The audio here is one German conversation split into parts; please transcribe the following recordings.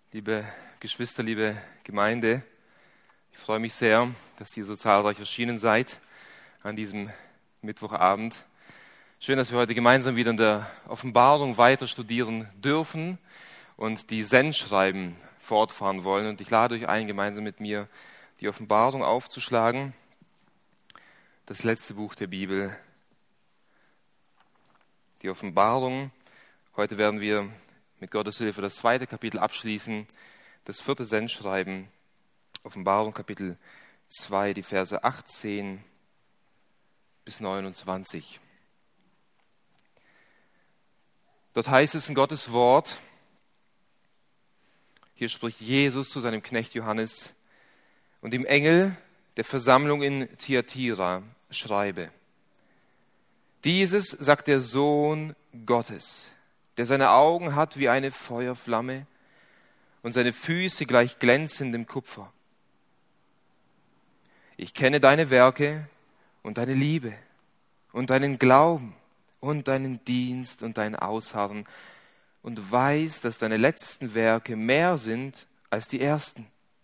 Liebe Geschwister, liebe Gemeinde, ich freue mich sehr, dass ihr so zahlreich erschienen seid an diesem Mittwochabend. Schön, dass wir heute gemeinsam wieder in der Offenbarung weiter studieren dürfen und die Sendschreiben fortfahren wollen. Und ich lade euch ein, gemeinsam mit mir die Offenbarung aufzuschlagen, das letzte Buch der Bibel, die Offenbarung. Heute werden wir mit Gottes Hilfe das 2. Kapitel abschließen, das 4. Sendschreiben, Offenbarung Kapitel 2, die Verse 18 bis 29. Dort heißt es in Gottes Wort, hier spricht Jesus zu seinem Knecht Johannes: Und dem Engel der Versammlung in Thyatira schreibe: Dieses sagt der Sohn Gottes, der seine Augen hat wie eine Feuerflamme und seine Füße gleich glänzendem Kupfer. Ich kenne deine Werke und deine Liebe und deinen Glauben und deinen Dienst und dein Ausharren und weiß, dass deine letzten Werke mehr sind als die ersten.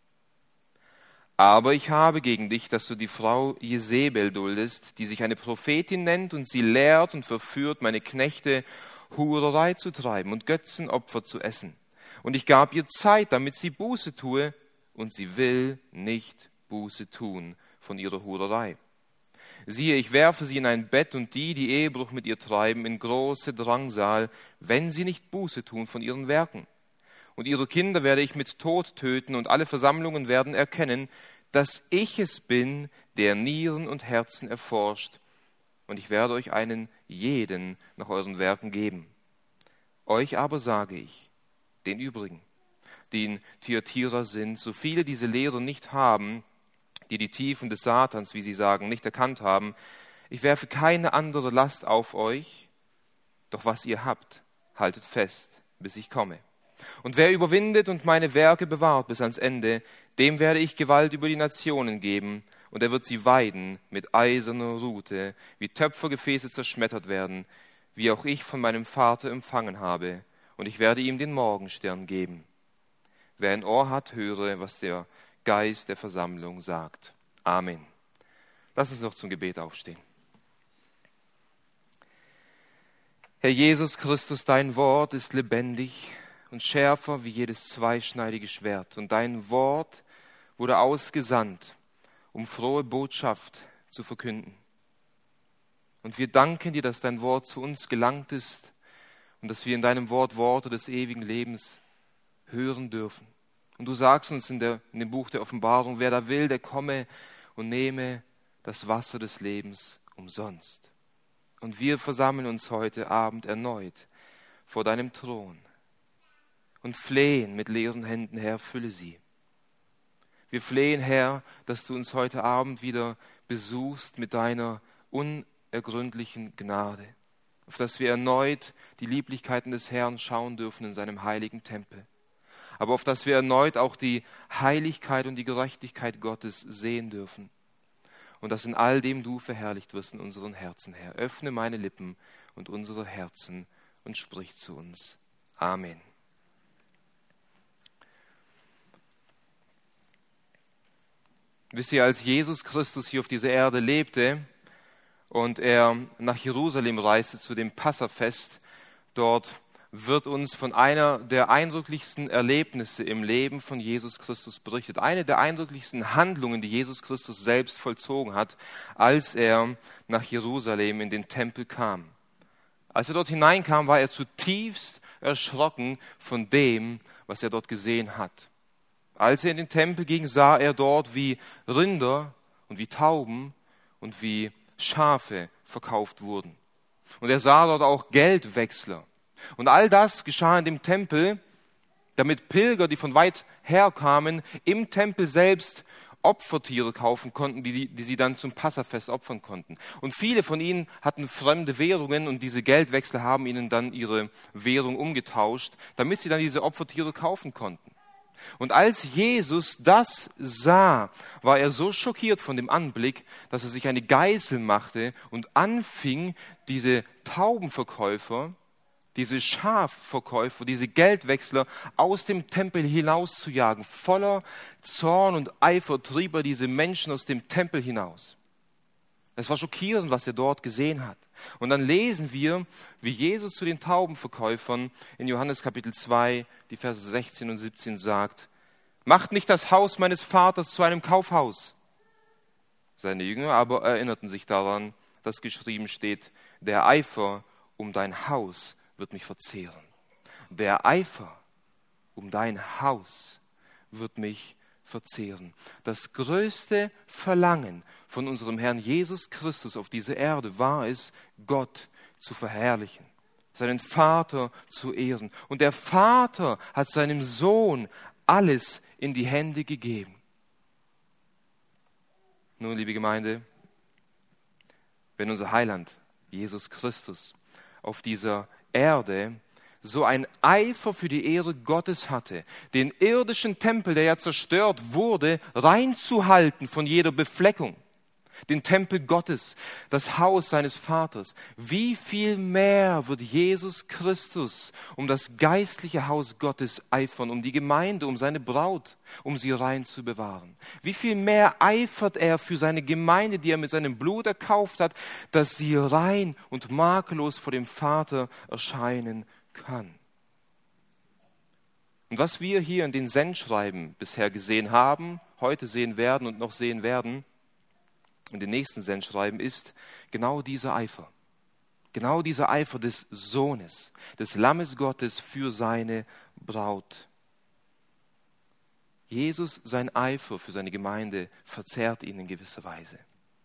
Aber ich habe gegen dich, dass du die Frau Jezebel duldest, die sich eine Prophetin nennt und sie lehrt und verführt, meine Knechte Hurerei zu treiben und Götzenopfer zu essen. Und ich gab ihr Zeit, damit sie Buße tue, und sie will nicht Buße tun von ihrer Hurerei. Siehe, ich werfe sie in ein Bett und die Ehebruch mit ihr treiben, in große Drangsal, wenn sie nicht Buße tun von ihren Werken. Und ihre Kinder werde ich mit Tod töten, und alle Versammlungen werden erkennen, dass ich es bin, der Nieren und Herzen erforscht. Und ich werde euch einen jeden nach euren Werken geben. Euch aber sage ich, den übrigen, die in Thyatira sind, so viele diese Lehre nicht haben, die die Tiefen des Satans, wie sie sagen, nicht erkannt haben, ich werfe keine andere Last auf euch, doch was ihr habt, haltet fest, bis ich komme. Und wer überwindet und meine Werke bewahrt bis ans Ende, dem werde ich Gewalt über die Nationen geben, und er wird sie weiden mit eiserner Rute, wie Töpfergefäße zerschmettert werden, wie auch ich von meinem Vater empfangen habe, und ich werde ihm den Morgenstern geben. Wer ein Ohr hat, höre, was der Geist der Versammlung sagt. Amen. Lass uns noch zum Gebet aufstehen. Herr Jesus Christus, dein Wort ist lebendig und schärfer wie jedes zweischneidige Schwert, und dein Wort wurde ausgesandt, um frohe Botschaft zu verkünden. Und wir danken dir, dass dein Wort zu uns gelangt ist und dass wir in deinem Wort Worte des ewigen Lebens hören dürfen. Und du sagst uns in dem Buch der Offenbarung, wer da will, der komme und nehme das Wasser des Lebens umsonst. Und wir versammeln uns heute Abend erneut vor deinem Thron und flehen mit leeren Händen, Herr, fülle sie. Wir flehen, Herr, dass du uns heute Abend wieder besuchst mit deiner unergründlichen Gnade, auf dass wir erneut die Lieblichkeiten des Herrn schauen dürfen in seinem heiligen Tempel, aber auf dass wir erneut auch die Heiligkeit und die Gerechtigkeit Gottes sehen dürfen und dass in all dem du verherrlicht wirst in unseren Herzen, Herr. Öffne meine Lippen und unsere Herzen und sprich zu uns. Amen. Wisst ihr, als Jesus Christus hier auf dieser Erde lebte und er nach Jerusalem reiste zu dem Passafest, dort wird uns von einer der eindrücklichsten Erlebnisse im Leben von Jesus Christus berichtet. Eine der eindrücklichsten Handlungen, die Jesus Christus selbst vollzogen hat, als er nach Jerusalem in den Tempel kam. Als er dort hineinkam, war er zutiefst erschrocken von dem, was er dort gesehen hat. Als er in den Tempel ging, sah er dort, wie Rinder und wie Tauben und wie Schafe verkauft wurden. Und er sah dort auch Geldwechsler. Und all das geschah in dem Tempel, damit Pilger, die von weit her kamen, im Tempel selbst Opfertiere kaufen konnten, die sie dann zum Passafest opfern konnten. Und viele von ihnen hatten fremde Währungen und diese Geldwechsler haben ihnen dann ihre Währung umgetauscht, damit sie dann diese Opfertiere kaufen konnten. Und als Jesus das sah, war er so schockiert von dem Anblick, dass er sich eine Geißel machte und anfing, diese Taubenverkäufer diese Schafverkäufer, diese Geldwechsler aus dem Tempel hinauszujagen. Voller Zorn und Eifer trieb er diese Menschen aus dem Tempel hinaus. Es war schockierend, was er dort gesehen hat. Und dann lesen wir, wie Jesus zu den Taubenverkäufern in Johannes Kapitel 2, die Verse 16 und 17 sagt: Macht nicht das Haus meines Vaters zu einem Kaufhaus. Seine Jünger aber erinnerten sich daran, dass geschrieben steht: Der Eifer um dein Haus wird mich verzehren. Der Eifer um dein Haus wird mich verzehren. Das größte Verlangen von unserem Herrn Jesus Christus auf dieser Erde war es, Gott zu verherrlichen, seinen Vater zu ehren. Und der Vater hat seinem Sohn alles in die Hände gegeben. Nun, liebe Gemeinde, wenn unser Heiland, Jesus Christus, auf dieser Erde so ein Eifer für die Ehre Gottes hatte, den irdischen Tempel, der ja zerstört wurde, reinzuhalten von jeder Befleckung, den Tempel Gottes, das Haus seines Vaters, wie viel mehr wird Jesus Christus um das geistliche Haus Gottes eifern, um die Gemeinde, um seine Braut, um sie rein zu bewahren. Wie viel mehr eifert er für seine Gemeinde, die er mit seinem Blut erkauft hat, dass sie rein und makellos vor dem Vater erscheinen kann. Und was wir hier in den Sendschreiben bisher gesehen haben, heute sehen werden und noch sehen werden, in den nächsten Sendschreiben, ist genau dieser Eifer. Genau dieser Eifer des Sohnes, des Lammes Gottes für seine Braut. Jesus, sein Eifer für seine Gemeinde, verzehrt ihn in gewisser Weise.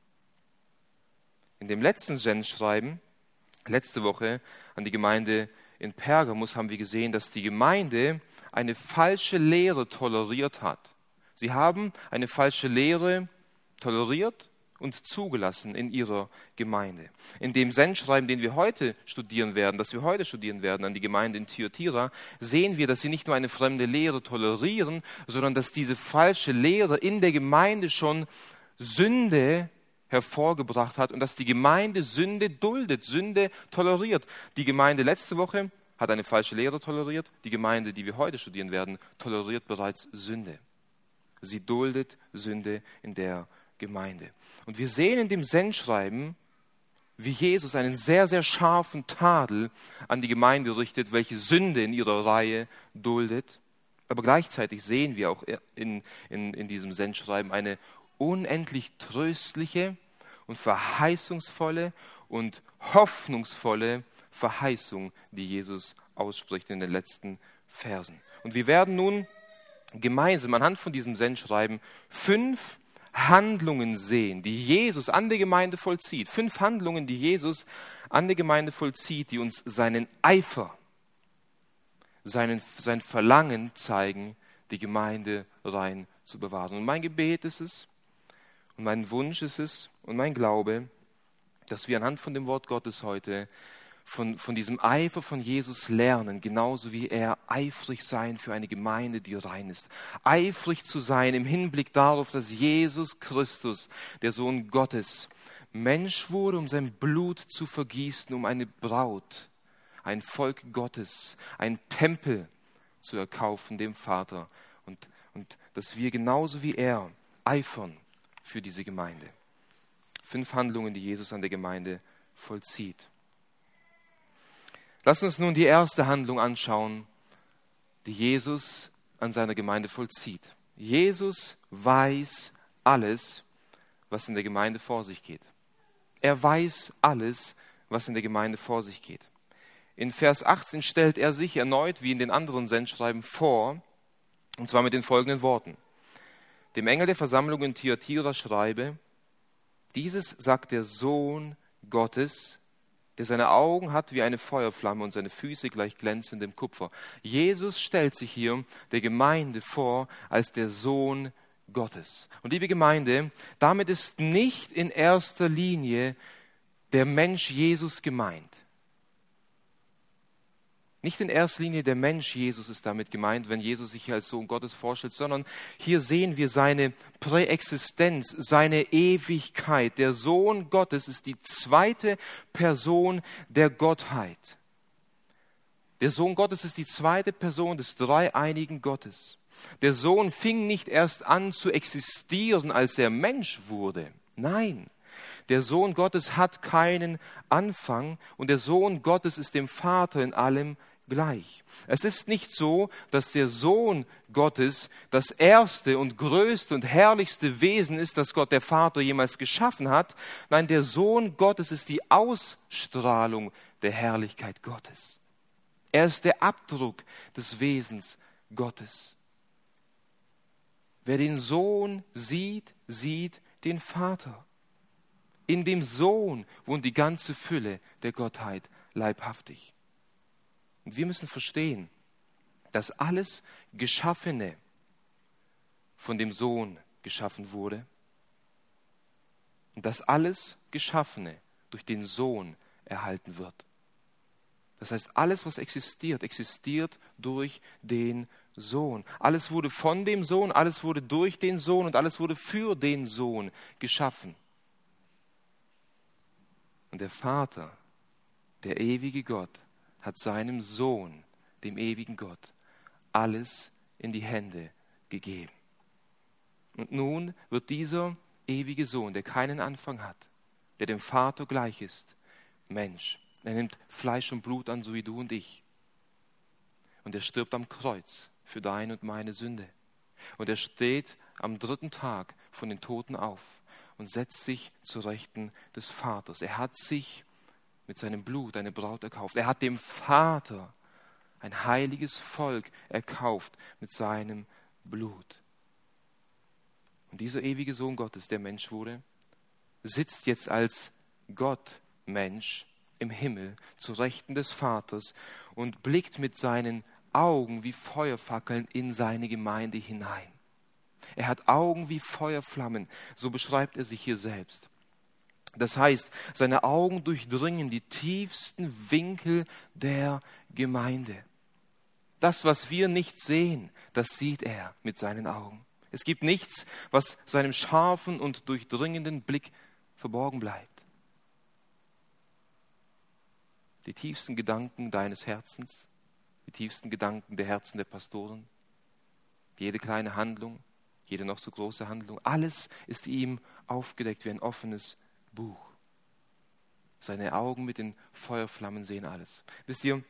In dem letzten Sendschreiben, letzte Woche an die Gemeinde in Pergamus, haben wir gesehen, dass die Gemeinde eine falsche Lehre toleriert hat. Sie haben eine falsche Lehre toleriert und zugelassen in ihrer Gemeinde. In dem Sendschreiben, das wir heute studieren werden an die Gemeinde in Thyatira, sehen wir, dass sie nicht nur eine fremde Lehre tolerieren, sondern dass diese falsche Lehre in der Gemeinde schon Sünde hervorgebracht hat und dass die Gemeinde Sünde duldet, Sünde toleriert. Die Gemeinde letzte Woche hat eine falsche Lehre toleriert. Die Gemeinde, die wir heute studieren werden, toleriert bereits Sünde. Sie duldet Sünde in der Gemeinde. Und wir sehen in dem Sendschreiben, wie Jesus einen sehr, sehr scharfen Tadel an die Gemeinde richtet, welche Sünde in ihrer Reihe duldet. Aber gleichzeitig sehen wir auch in diesem Sendschreiben eine unendlich tröstliche und verheißungsvolle und hoffnungsvolle Verheißung, die Jesus ausspricht in den letzten Versen. Und wir werden nun gemeinsam anhand von diesem Sendschreiben 5 Handlungen sehen, die Jesus an der Gemeinde vollzieht. 5 Handlungen, die Jesus an der Gemeinde vollzieht, die uns seinen Eifer, sein Verlangen zeigen, die Gemeinde rein zu bewahren. Und mein Gebet ist es, und mein Wunsch ist es, und mein Glaube, dass wir anhand von dem Wort Gottes heute von diesem Eifer von Jesus lernen, genauso wie er eifrig sein für eine Gemeinde, die rein ist. Eifrig zu sein im Hinblick darauf, dass Jesus Christus, der Sohn Gottes, Mensch wurde, um sein Blut zu vergießen, um eine Braut, ein Volk Gottes, ein Tempel zu erkaufen dem Vater. Und dass wir genauso wie er eifern für diese Gemeinde. 5 Handlungen, die Jesus an der Gemeinde vollzieht. Lass uns nun die erste Handlung anschauen, die Jesus an seiner Gemeinde vollzieht. Jesus weiß alles, was in der Gemeinde vor sich geht. Er weiß alles, was in der Gemeinde vor sich geht. In Vers 18 stellt er sich erneut, wie in den anderen Sendschreiben, vor, und zwar mit den folgenden Worten. Dem Engel der Versammlung in Thyatira schreibe: Dieses sagt der Sohn Gottes, der seine Augen hat wie eine Feuerflamme und seine Füße gleich glänzendem Kupfer. Jesus stellt sich hier der Gemeinde vor als der Sohn Gottes. Und liebe Gemeinde, damit ist nicht in erster Linie der Mensch Jesus gemeint. Nicht in erster Linie der Mensch Jesus ist damit gemeint, wenn Jesus sich als Sohn Gottes vorstellt, sondern hier sehen wir seine Präexistenz, seine Ewigkeit. Der Sohn Gottes ist die zweite Person der Gottheit. Der Sohn Gottes ist die zweite Person des dreieinigen Gottes. Der Sohn fing nicht erst an zu existieren, als er Mensch wurde. Nein, der Sohn Gottes hat keinen Anfang und der Sohn Gottes ist dem Vater in allem gleich. Es ist nicht so, dass der Sohn Gottes das erste und größte und herrlichste Wesen ist, das Gott der Vater jemals geschaffen hat. Nein, der Sohn Gottes ist die Ausstrahlung der Herrlichkeit Gottes. Er ist der Abdruck des Wesens Gottes. Wer den Sohn sieht, sieht den Vater. In dem Sohn wohnt die ganze Fülle der Gottheit leibhaftig. Und wir müssen verstehen, dass alles Geschaffene von dem Sohn geschaffen wurde und dass alles Geschaffene durch den Sohn erhalten wird. Das heißt, alles, was existiert, existiert durch den Sohn. Alles wurde von dem Sohn, alles wurde durch den Sohn und alles wurde für den Sohn geschaffen. Und der Vater, der ewige Gott, hat seinem Sohn, dem ewigen Gott, alles in die Hände gegeben. Und nun wird dieser ewige Sohn, der keinen Anfang hat, der dem Vater gleich ist, Mensch. Er nimmt Fleisch und Blut an, so wie du und ich. Und er stirbt am Kreuz für deine und meine Sünde. Und er steht am 3. Tag von den Toten auf und setzt sich zur Rechten des Vaters. Er hat sich mit seinem Blut eine Braut erkauft. Er hat dem Vater ein heiliges Volk erkauft mit seinem Blut. Und dieser ewige Sohn Gottes, der Mensch wurde, sitzt jetzt als Gott Mensch im Himmel zu Rechten des Vaters und blickt mit seinen Augen wie Feuerfackeln in seine Gemeinde hinein. Er hat Augen wie Feuerflammen, so beschreibt er sich hier selbst. Das heißt, seine Augen durchdringen die tiefsten Winkel der Gemeinde. Das, was wir nicht sehen, das sieht er mit seinen Augen. Es gibt nichts, was seinem scharfen und durchdringenden Blick verborgen bleibt. Die tiefsten Gedanken deines Herzens, die tiefsten Gedanken der Herzen der Pastoren, jede kleine Handlung, jede noch so große Handlung, alles ist ihm aufgedeckt wie ein offenes Buch. Seine Augen mit den Feuerflammen sehen alles. Wisst ihr,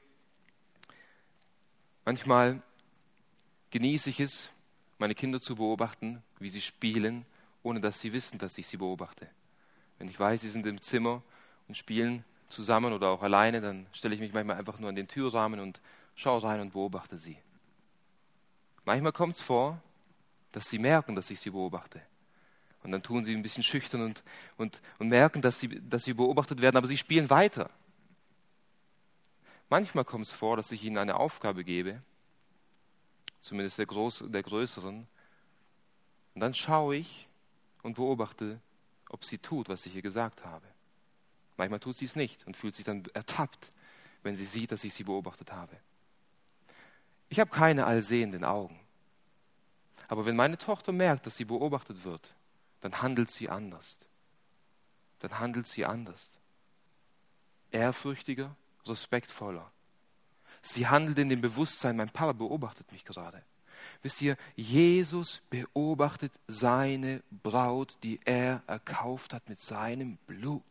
manchmal genieße ich es, meine Kinder zu beobachten, wie sie spielen, ohne dass sie wissen, dass ich sie beobachte. Wenn ich weiß, sie sind im Zimmer und spielen zusammen oder auch alleine, dann stelle ich mich manchmal einfach nur an den Türrahmen und schaue rein und beobachte sie. Manchmal kommt es vor, dass sie merken, dass ich sie beobachte. Und dann tun sie ein bisschen schüchtern und merken, dass sie beobachtet werden, aber sie spielen weiter. Manchmal kommt es vor, dass ich ihnen eine Aufgabe gebe, zumindest der Größeren, und dann schaue ich und beobachte, ob sie tut, was ich ihr gesagt habe. Manchmal tut sie es nicht und fühlt sich dann ertappt, wenn sie sieht, dass ich sie beobachtet habe. Ich habe keine allsehenden Augen. Aber wenn meine Tochter merkt, dass sie beobachtet wird, dann handelt sie anders. Dann handelt sie anders. Ehrfürchtiger, respektvoller. Sie handelt in dem Bewusstsein, mein Papa beobachtet mich gerade. Wisst ihr, Jesus beobachtet seine Braut, die er erkauft hat mit seinem Blut.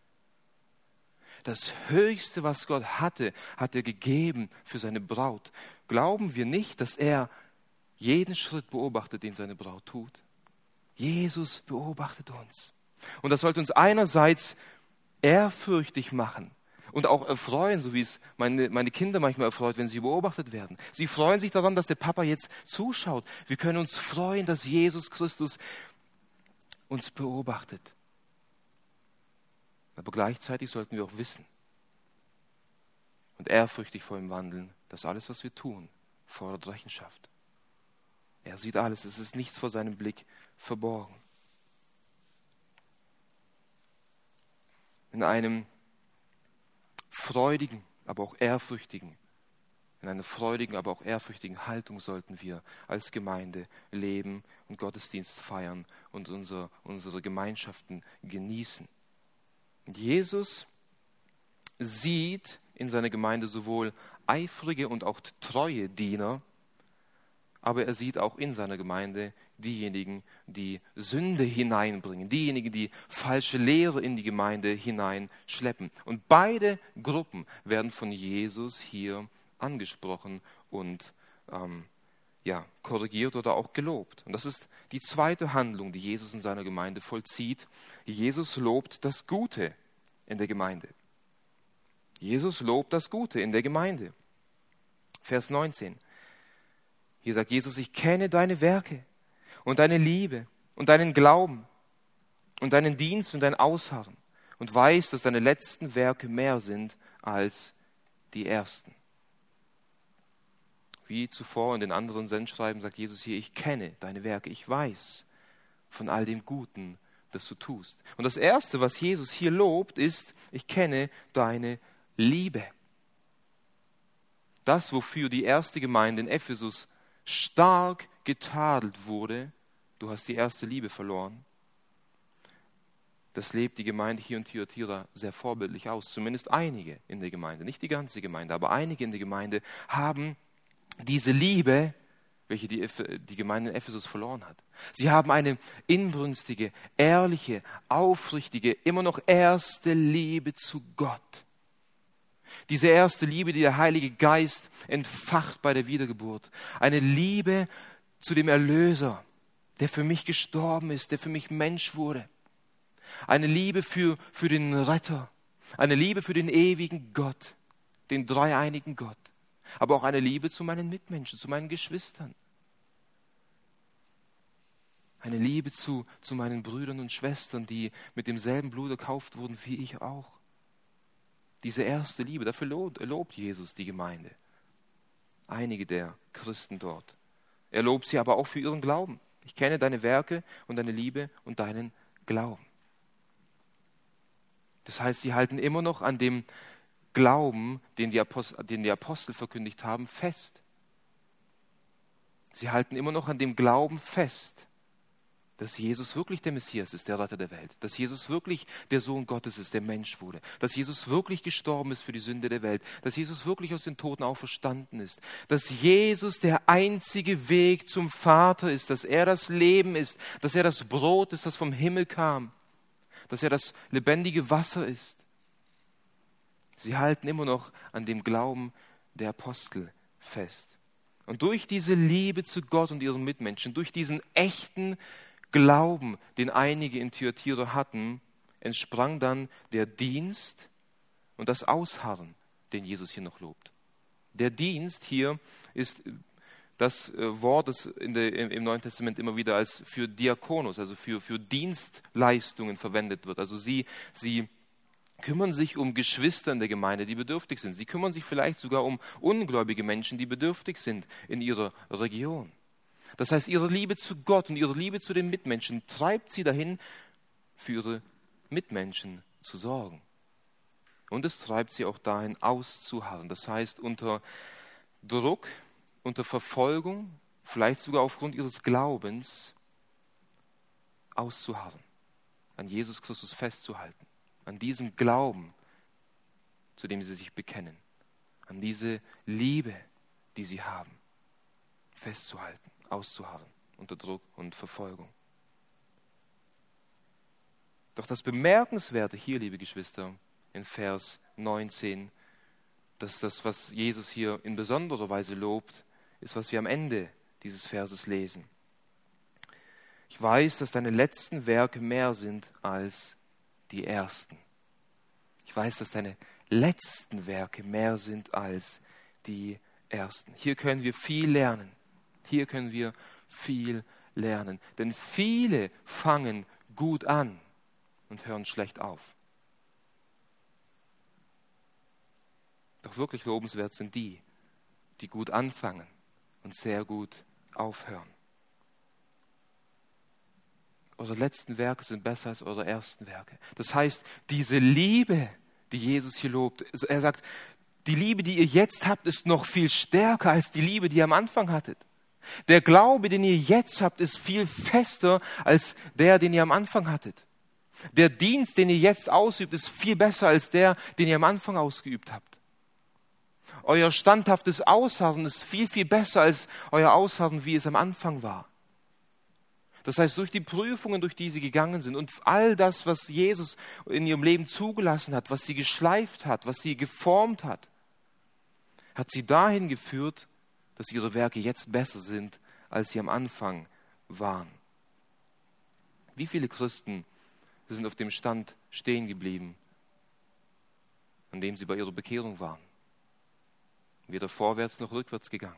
Das Höchste, was Gott hatte, hat er gegeben für seine Braut. Glauben wir nicht, dass er jeden Schritt beobachtet, den seine Braut tut? Jesus beobachtet uns. Und das sollte uns einerseits ehrfürchtig machen und auch erfreuen, so wie es meine Kinder manchmal erfreut, wenn sie beobachtet werden. Sie freuen sich daran, dass der Papa jetzt zuschaut. Wir können uns freuen, dass Jesus Christus uns beobachtet. Aber gleichzeitig sollten wir auch wissen und ehrfürchtig vor ihm wandeln, dass alles, was wir tun, fordert Rechenschaft. Er sieht alles, es ist nichts vor seinem Blick verborgen. In einem freudigen, aber auch ehrfürchtigen, in einer freudigen, aber auch ehrfürchtigen Haltung sollten wir als Gemeinde leben und Gottesdienst feiern und unsere Gemeinschaften genießen. Und Jesus sieht in seiner Gemeinde sowohl eifrige und auch treue Diener, aber er sieht auch in seiner Gemeinde diejenigen, die Sünde hineinbringen, diejenigen, die falsche Lehre in die Gemeinde hineinschleppen. Und beide Gruppen werden von Jesus hier angesprochen und korrigiert oder auch gelobt. Und das ist die zweite Handlung, die Jesus in seiner Gemeinde vollzieht. Jesus lobt das Gute in der Gemeinde. Jesus lobt das Gute in der Gemeinde. Vers 19. Hier sagt Jesus, ich kenne deine Werke und deine Liebe und deinen Glauben und deinen Dienst und dein Ausharren und weiß, dass deine letzten Werke mehr sind als die ersten. Wie zuvor in den anderen Sendschreiben sagt Jesus hier, ich kenne deine Werke, ich weiß von all dem Guten, das du tust. Und das Erste, was Jesus hier lobt, ist, ich kenne deine Liebe. Das, wofür die erste Gemeinde in Ephesus stark getadelt wurde, du hast die erste Liebe verloren. Das lebt die Gemeinde hier in Thyatira sehr vorbildlich aus. Zumindest einige in der Gemeinde, nicht die ganze Gemeinde, aber einige in der Gemeinde haben diese Liebe, welche die Gemeinde in Ephesus verloren hat. Sie haben eine inbrünstige, ehrliche, aufrichtige, immer noch erste Liebe zu Gott. Diese erste Liebe, die der Heilige Geist entfacht bei der Wiedergeburt. Eine Liebe zu dem Erlöser, der für mich gestorben ist, der für mich Mensch wurde. Eine Liebe für den Retter. Eine Liebe für den ewigen Gott, den dreieinigen Gott. Aber auch eine Liebe zu meinen Mitmenschen, zu meinen Geschwistern. Eine Liebe zu meinen Brüdern und Schwestern, die mit demselben Blut erkauft wurden wie ich auch. Diese erste Liebe, dafür lobt Jesus die Gemeinde. Einige der Christen dort. Er lobt sie aber auch für ihren Glauben. Ich kenne deine Werke und deine Liebe und deinen Glauben. Das heißt, sie halten immer noch an dem Glauben, den die Apostel verkündigt haben, fest. Sie halten immer noch an dem Glauben fest, dass Jesus wirklich der Messias ist, der Retter der Welt. Dass Jesus wirklich der Sohn Gottes ist, der Mensch wurde. Dass Jesus wirklich gestorben ist für die Sünde der Welt. Dass Jesus wirklich aus den Toten auferstanden ist. Dass Jesus der einzige Weg zum Vater ist. Dass er das Leben ist. Dass er das Brot ist, das vom Himmel kam. Dass er das lebendige Wasser ist. Sie halten immer noch an dem Glauben der Apostel fest. Und durch diese Liebe zu Gott und ihren Mitmenschen, durch diesen echten Glauben, den einige in Thyatira hatten, entsprang dann der Dienst und das Ausharren, den Jesus hier noch lobt. Der Dienst hier ist das Wort, das im Neuen Testament immer wieder als für Diakonos, also für Dienstleistungen verwendet wird. Also sie kümmern sich um Geschwister in der Gemeinde, die bedürftig sind. Sie kümmern sich vielleicht sogar um ungläubige Menschen, die bedürftig sind in ihrer Region. Das heißt, ihre Liebe zu Gott und ihre Liebe zu den Mitmenschen treibt sie dahin, für ihre Mitmenschen zu sorgen. Und es treibt sie auch dahin, auszuharren. Das heißt, unter Druck, unter Verfolgung, vielleicht sogar aufgrund ihres Glaubens, auszuharren, an Jesus Christus festzuhalten, an diesem Glauben, zu dem sie sich bekennen, an diese Liebe, die sie haben, festzuhalten, auszuharren unter Druck und Verfolgung. Doch das Bemerkenswerte hier, liebe Geschwister, in Vers 19, dass das, was Jesus hier in besonderer Weise lobt, ist, was wir am Ende dieses Verses lesen. Ich weiß, dass deine letzten Werke mehr sind als die ersten. Ich weiß, dass deine letzten Werke mehr sind als die ersten. Hier können wir viel lernen. Hier können wir viel lernen. Denn viele fangen gut an und hören schlecht auf. Doch wirklich lobenswert sind die, die gut anfangen und sehr gut aufhören. Eure letzten Werke sind besser als eure ersten Werke. Das heißt, diese Liebe, die Jesus hier lobt, er sagt, die Liebe, die ihr jetzt habt, ist noch viel stärker als die Liebe, die ihr am Anfang hattet. Der Glaube, den ihr jetzt habt, ist viel fester als der, den ihr am Anfang hattet. Der Dienst, den ihr jetzt ausübt, ist viel besser als der, den ihr am Anfang ausgeübt habt. euer standhaftes Ausharren ist viel, viel besser als euer Ausharren, wie es am Anfang war. Das heißt, durch die Prüfungen, durch die sie gegangen sind und all das, was Jesus in ihrem Leben zugelassen hat, was sie geschleift hat, was sie geformt hat, hat sie dahin geführt, dass ihre Werke jetzt besser sind, als sie am Anfang waren. Wie viele Christen sind auf dem Stand stehen geblieben, an dem sie bei ihrer Bekehrung waren? Weder vorwärts noch rückwärts gegangen.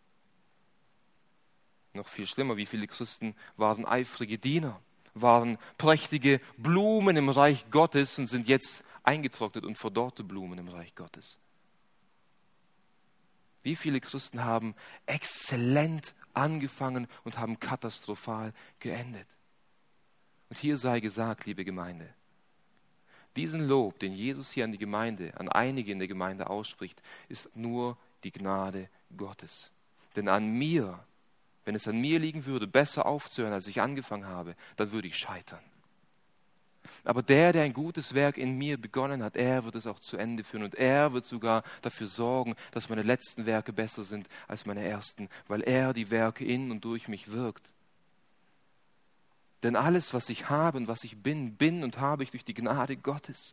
Noch viel schlimmer, wie viele Christen waren eifrige Diener, waren prächtige Blumen im Reich Gottes und sind jetzt eingetrocknet und verdorrte Blumen im Reich Gottes. Wie viele Christen haben exzellent angefangen und haben katastrophal geendet. Und hier sei gesagt, liebe Gemeinde, diesen Lob, den Jesus hier an die Gemeinde, an einige in der Gemeinde ausspricht, ist nur die Gnade Gottes. Denn an mir, wenn es an mir liegen würde, besser aufzuhören, als ich angefangen habe, dann würde ich scheitern. Aber der ein gutes Werk in mir begonnen hat, er wird es auch zu Ende führen und er wird sogar dafür sorgen, dass meine letzten Werke besser sind als meine ersten, weil er die Werke in und durch mich wirkt. Denn alles, was ich habe und was ich bin und habe ich durch die Gnade Gottes.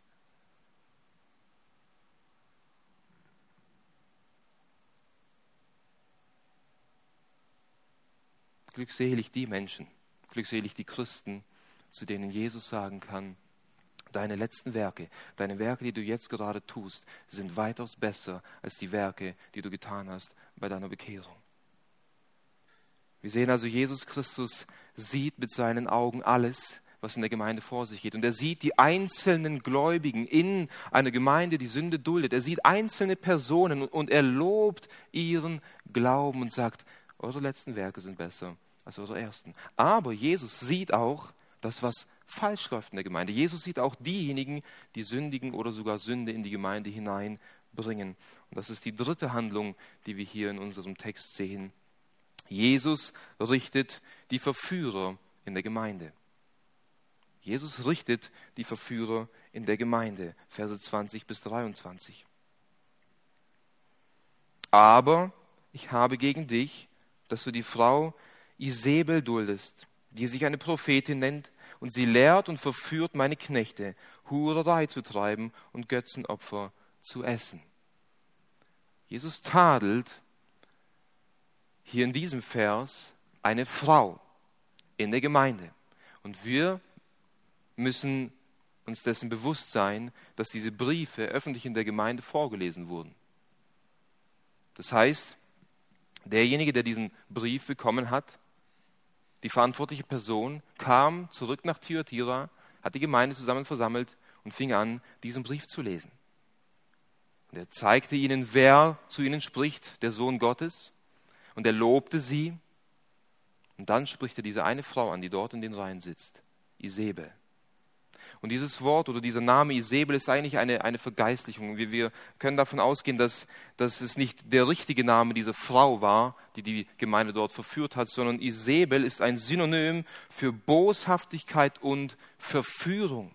Glückselig die Menschen, glückselig die Christen, zu denen Jesus sagen kann, deine letzten Werke, deine Werke, die du jetzt gerade tust, sind weitaus besser als die Werke, die du getan hast bei deiner Bekehrung. Wir sehen also, Jesus Christus sieht mit seinen Augen alles, was in der Gemeinde vor sich geht. Und er sieht die einzelnen Gläubigen in einer Gemeinde, die Sünde duldet. Er sieht einzelne Personen und er lobt ihren Glauben und sagt, eure letzten Werke sind besser als eure ersten. Aber Jesus sieht auch das, was falsch läuft in der Gemeinde. Jesus sieht auch diejenigen, die sündigen oder sogar Sünde in die Gemeinde hineinbringen. Und das ist die dritte Handlung, die wir hier in unserem Text sehen. Jesus richtet die Verführer in der Gemeinde. Jesus richtet die Verführer in der Gemeinde. Verse 20 bis 23. Aber ich habe gegen dich, dass du die Frau Isebel duldest, die sich eine Prophetin nennt, und sie lehrt und verführt meine Knechte, Hurerei zu treiben und Götzenopfer zu essen. Jesus tadelt hier in diesem Vers eine Frau in der Gemeinde. Und wir müssen uns dessen bewusst sein, dass diese Briefe öffentlich in der Gemeinde vorgelesen wurden. Das heißt, derjenige, der diesen Brief bekommen hat, die verantwortliche Person, kam zurück nach Thyatira, hat die Gemeinde zusammen versammelt und fing an, diesen Brief zu lesen. Und er zeigte ihnen, wer zu ihnen spricht, der Sohn Gottes, und er lobte sie. Und dann spricht er diese eine Frau an, die dort in den Reihen sitzt, Isebel. Und dieses Wort oder dieser Name Isebel ist eigentlich eine Vergeistlichung. Wir können davon ausgehen, dass es nicht der richtige Name dieser Frau war, die die Gemeinde dort verführt hat, sondern Isebel ist ein Synonym für Boshaftigkeit und Verführung.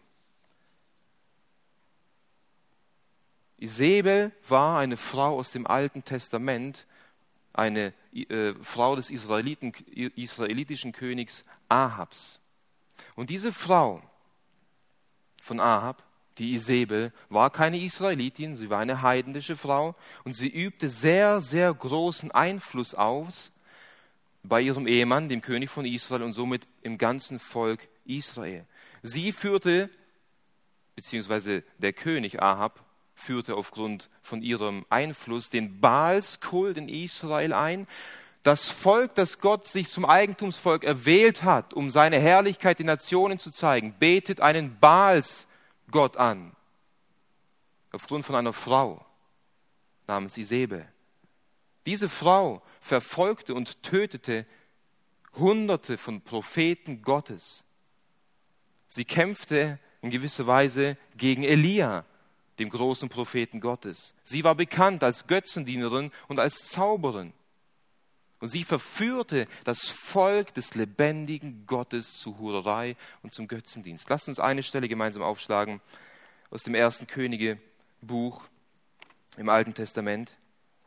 Isebel war eine Frau aus dem Alten Testament, eine Frau des israelitischen Königs Ahabs. Und diese Frau von Ahab, die Isebel, war keine Israelitin, sie war eine heidnische Frau und sie übte sehr, sehr großen Einfluss aus bei ihrem Ehemann, dem König von Israel und somit im ganzen Volk Israel. Sie führte, beziehungsweise der König Ahab, führte aufgrund von ihrem Einfluss den Baalskult in Israel ein. Das Volk, das Gott sich zum Eigentumsvolk erwählt hat, um seine Herrlichkeit den Nationen zu zeigen, betet einen Baalsgott an. Aufgrund von einer Frau namens Isebel. Diese Frau verfolgte und tötete Hunderte von Propheten Gottes. Sie kämpfte in gewisser Weise gegen Elia, dem großen Propheten Gottes. Sie war bekannt als Götzendienerin und als Zauberin. Und sie verführte das Volk des lebendigen Gottes zu Hurerei und zum Götzendienst. Lasst uns eine Stelle gemeinsam aufschlagen aus dem 1. Könige-Buch im Alten Testament.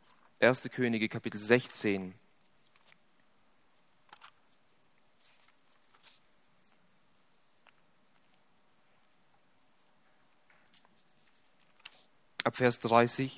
1. Könige, Kapitel 16. Ab Vers 30.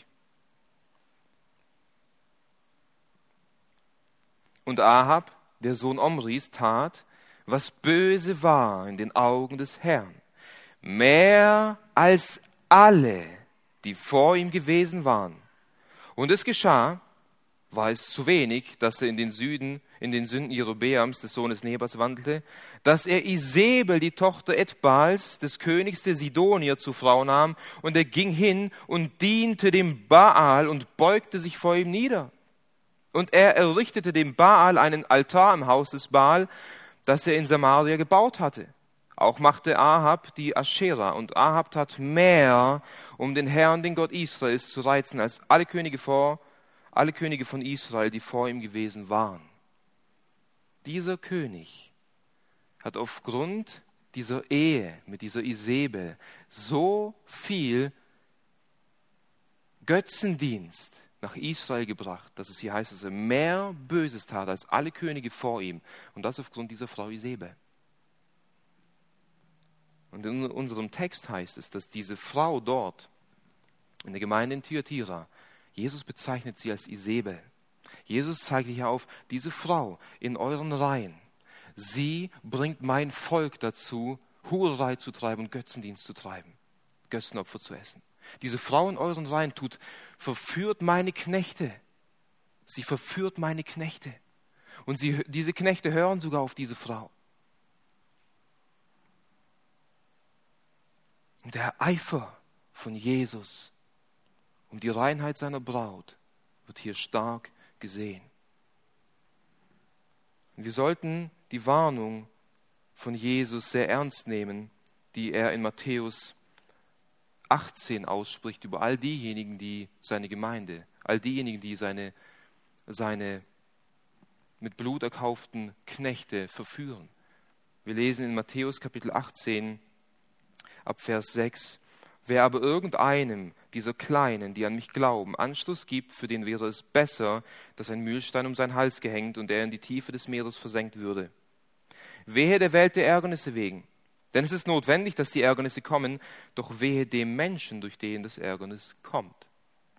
Und Ahab, der Sohn Omris, tat, was böse war in den Augen des Herrn, mehr als alle, die vor ihm gewesen waren. Und es geschah, war es zu wenig, dass er in den Sünden Jerobeams, des Sohnes Nebats, wandelte, dass er Isebel, die Tochter Etbals, des Königs der Sidonier, zur Frau nahm, und er ging hin und diente dem Baal und beugte sich vor ihm nieder. Und er errichtete dem Baal einen Altar im Haus des Baal, das er in Samaria gebaut hatte. Auch machte Ahab die Aschera, und Ahab tat mehr, um den Herrn, den Gott Israels, zu reizen, als alle Könige von Israel, die vor ihm gewesen waren. Dieser König hat aufgrund dieser Ehe mit dieser Isebel so viel Götzendienst nach Israel gebracht, dass es hier heißt, dass er mehr Böses tat als alle Könige vor ihm. Und das aufgrund dieser Frau Isebel. Und in unserem Text heißt es, dass diese Frau dort in der Gemeinde in Thyatira, Jesus bezeichnet sie als Isebel. Jesus zeigt hier auf, diese Frau in euren Reihen, sie bringt mein Volk dazu, Hurerei zu treiben und Götzendienst zu treiben, Götzenopfer zu essen. Diese Frau in euren Reihen verführt meine Knechte. Sie verführt meine Knechte. Und diese Knechte hören sogar auf diese Frau. Und der Eifer von Jesus um die Reinheit seiner Braut wird hier stark gesehen. Und wir sollten die Warnung von Jesus sehr ernst nehmen, die er in Matthäus 18 ausspricht über all diejenigen, die seine Gemeinde, all diejenigen, die seine mit Blut erkauften Knechte verführen. Wir lesen in Matthäus Kapitel 18 ab Vers 6, wer aber irgendeinem dieser Kleinen, die an mich glauben, Anstoß gibt, für den wäre es besser, dass ein Mühlstein um seinen Hals gehängt und er in die Tiefe des Meeres versenkt würde. Wehe der Welt der Ärgernisse wegen. Denn es ist notwendig, dass die Ärgernisse kommen, doch wehe dem Menschen, durch den das Ärgernis kommt.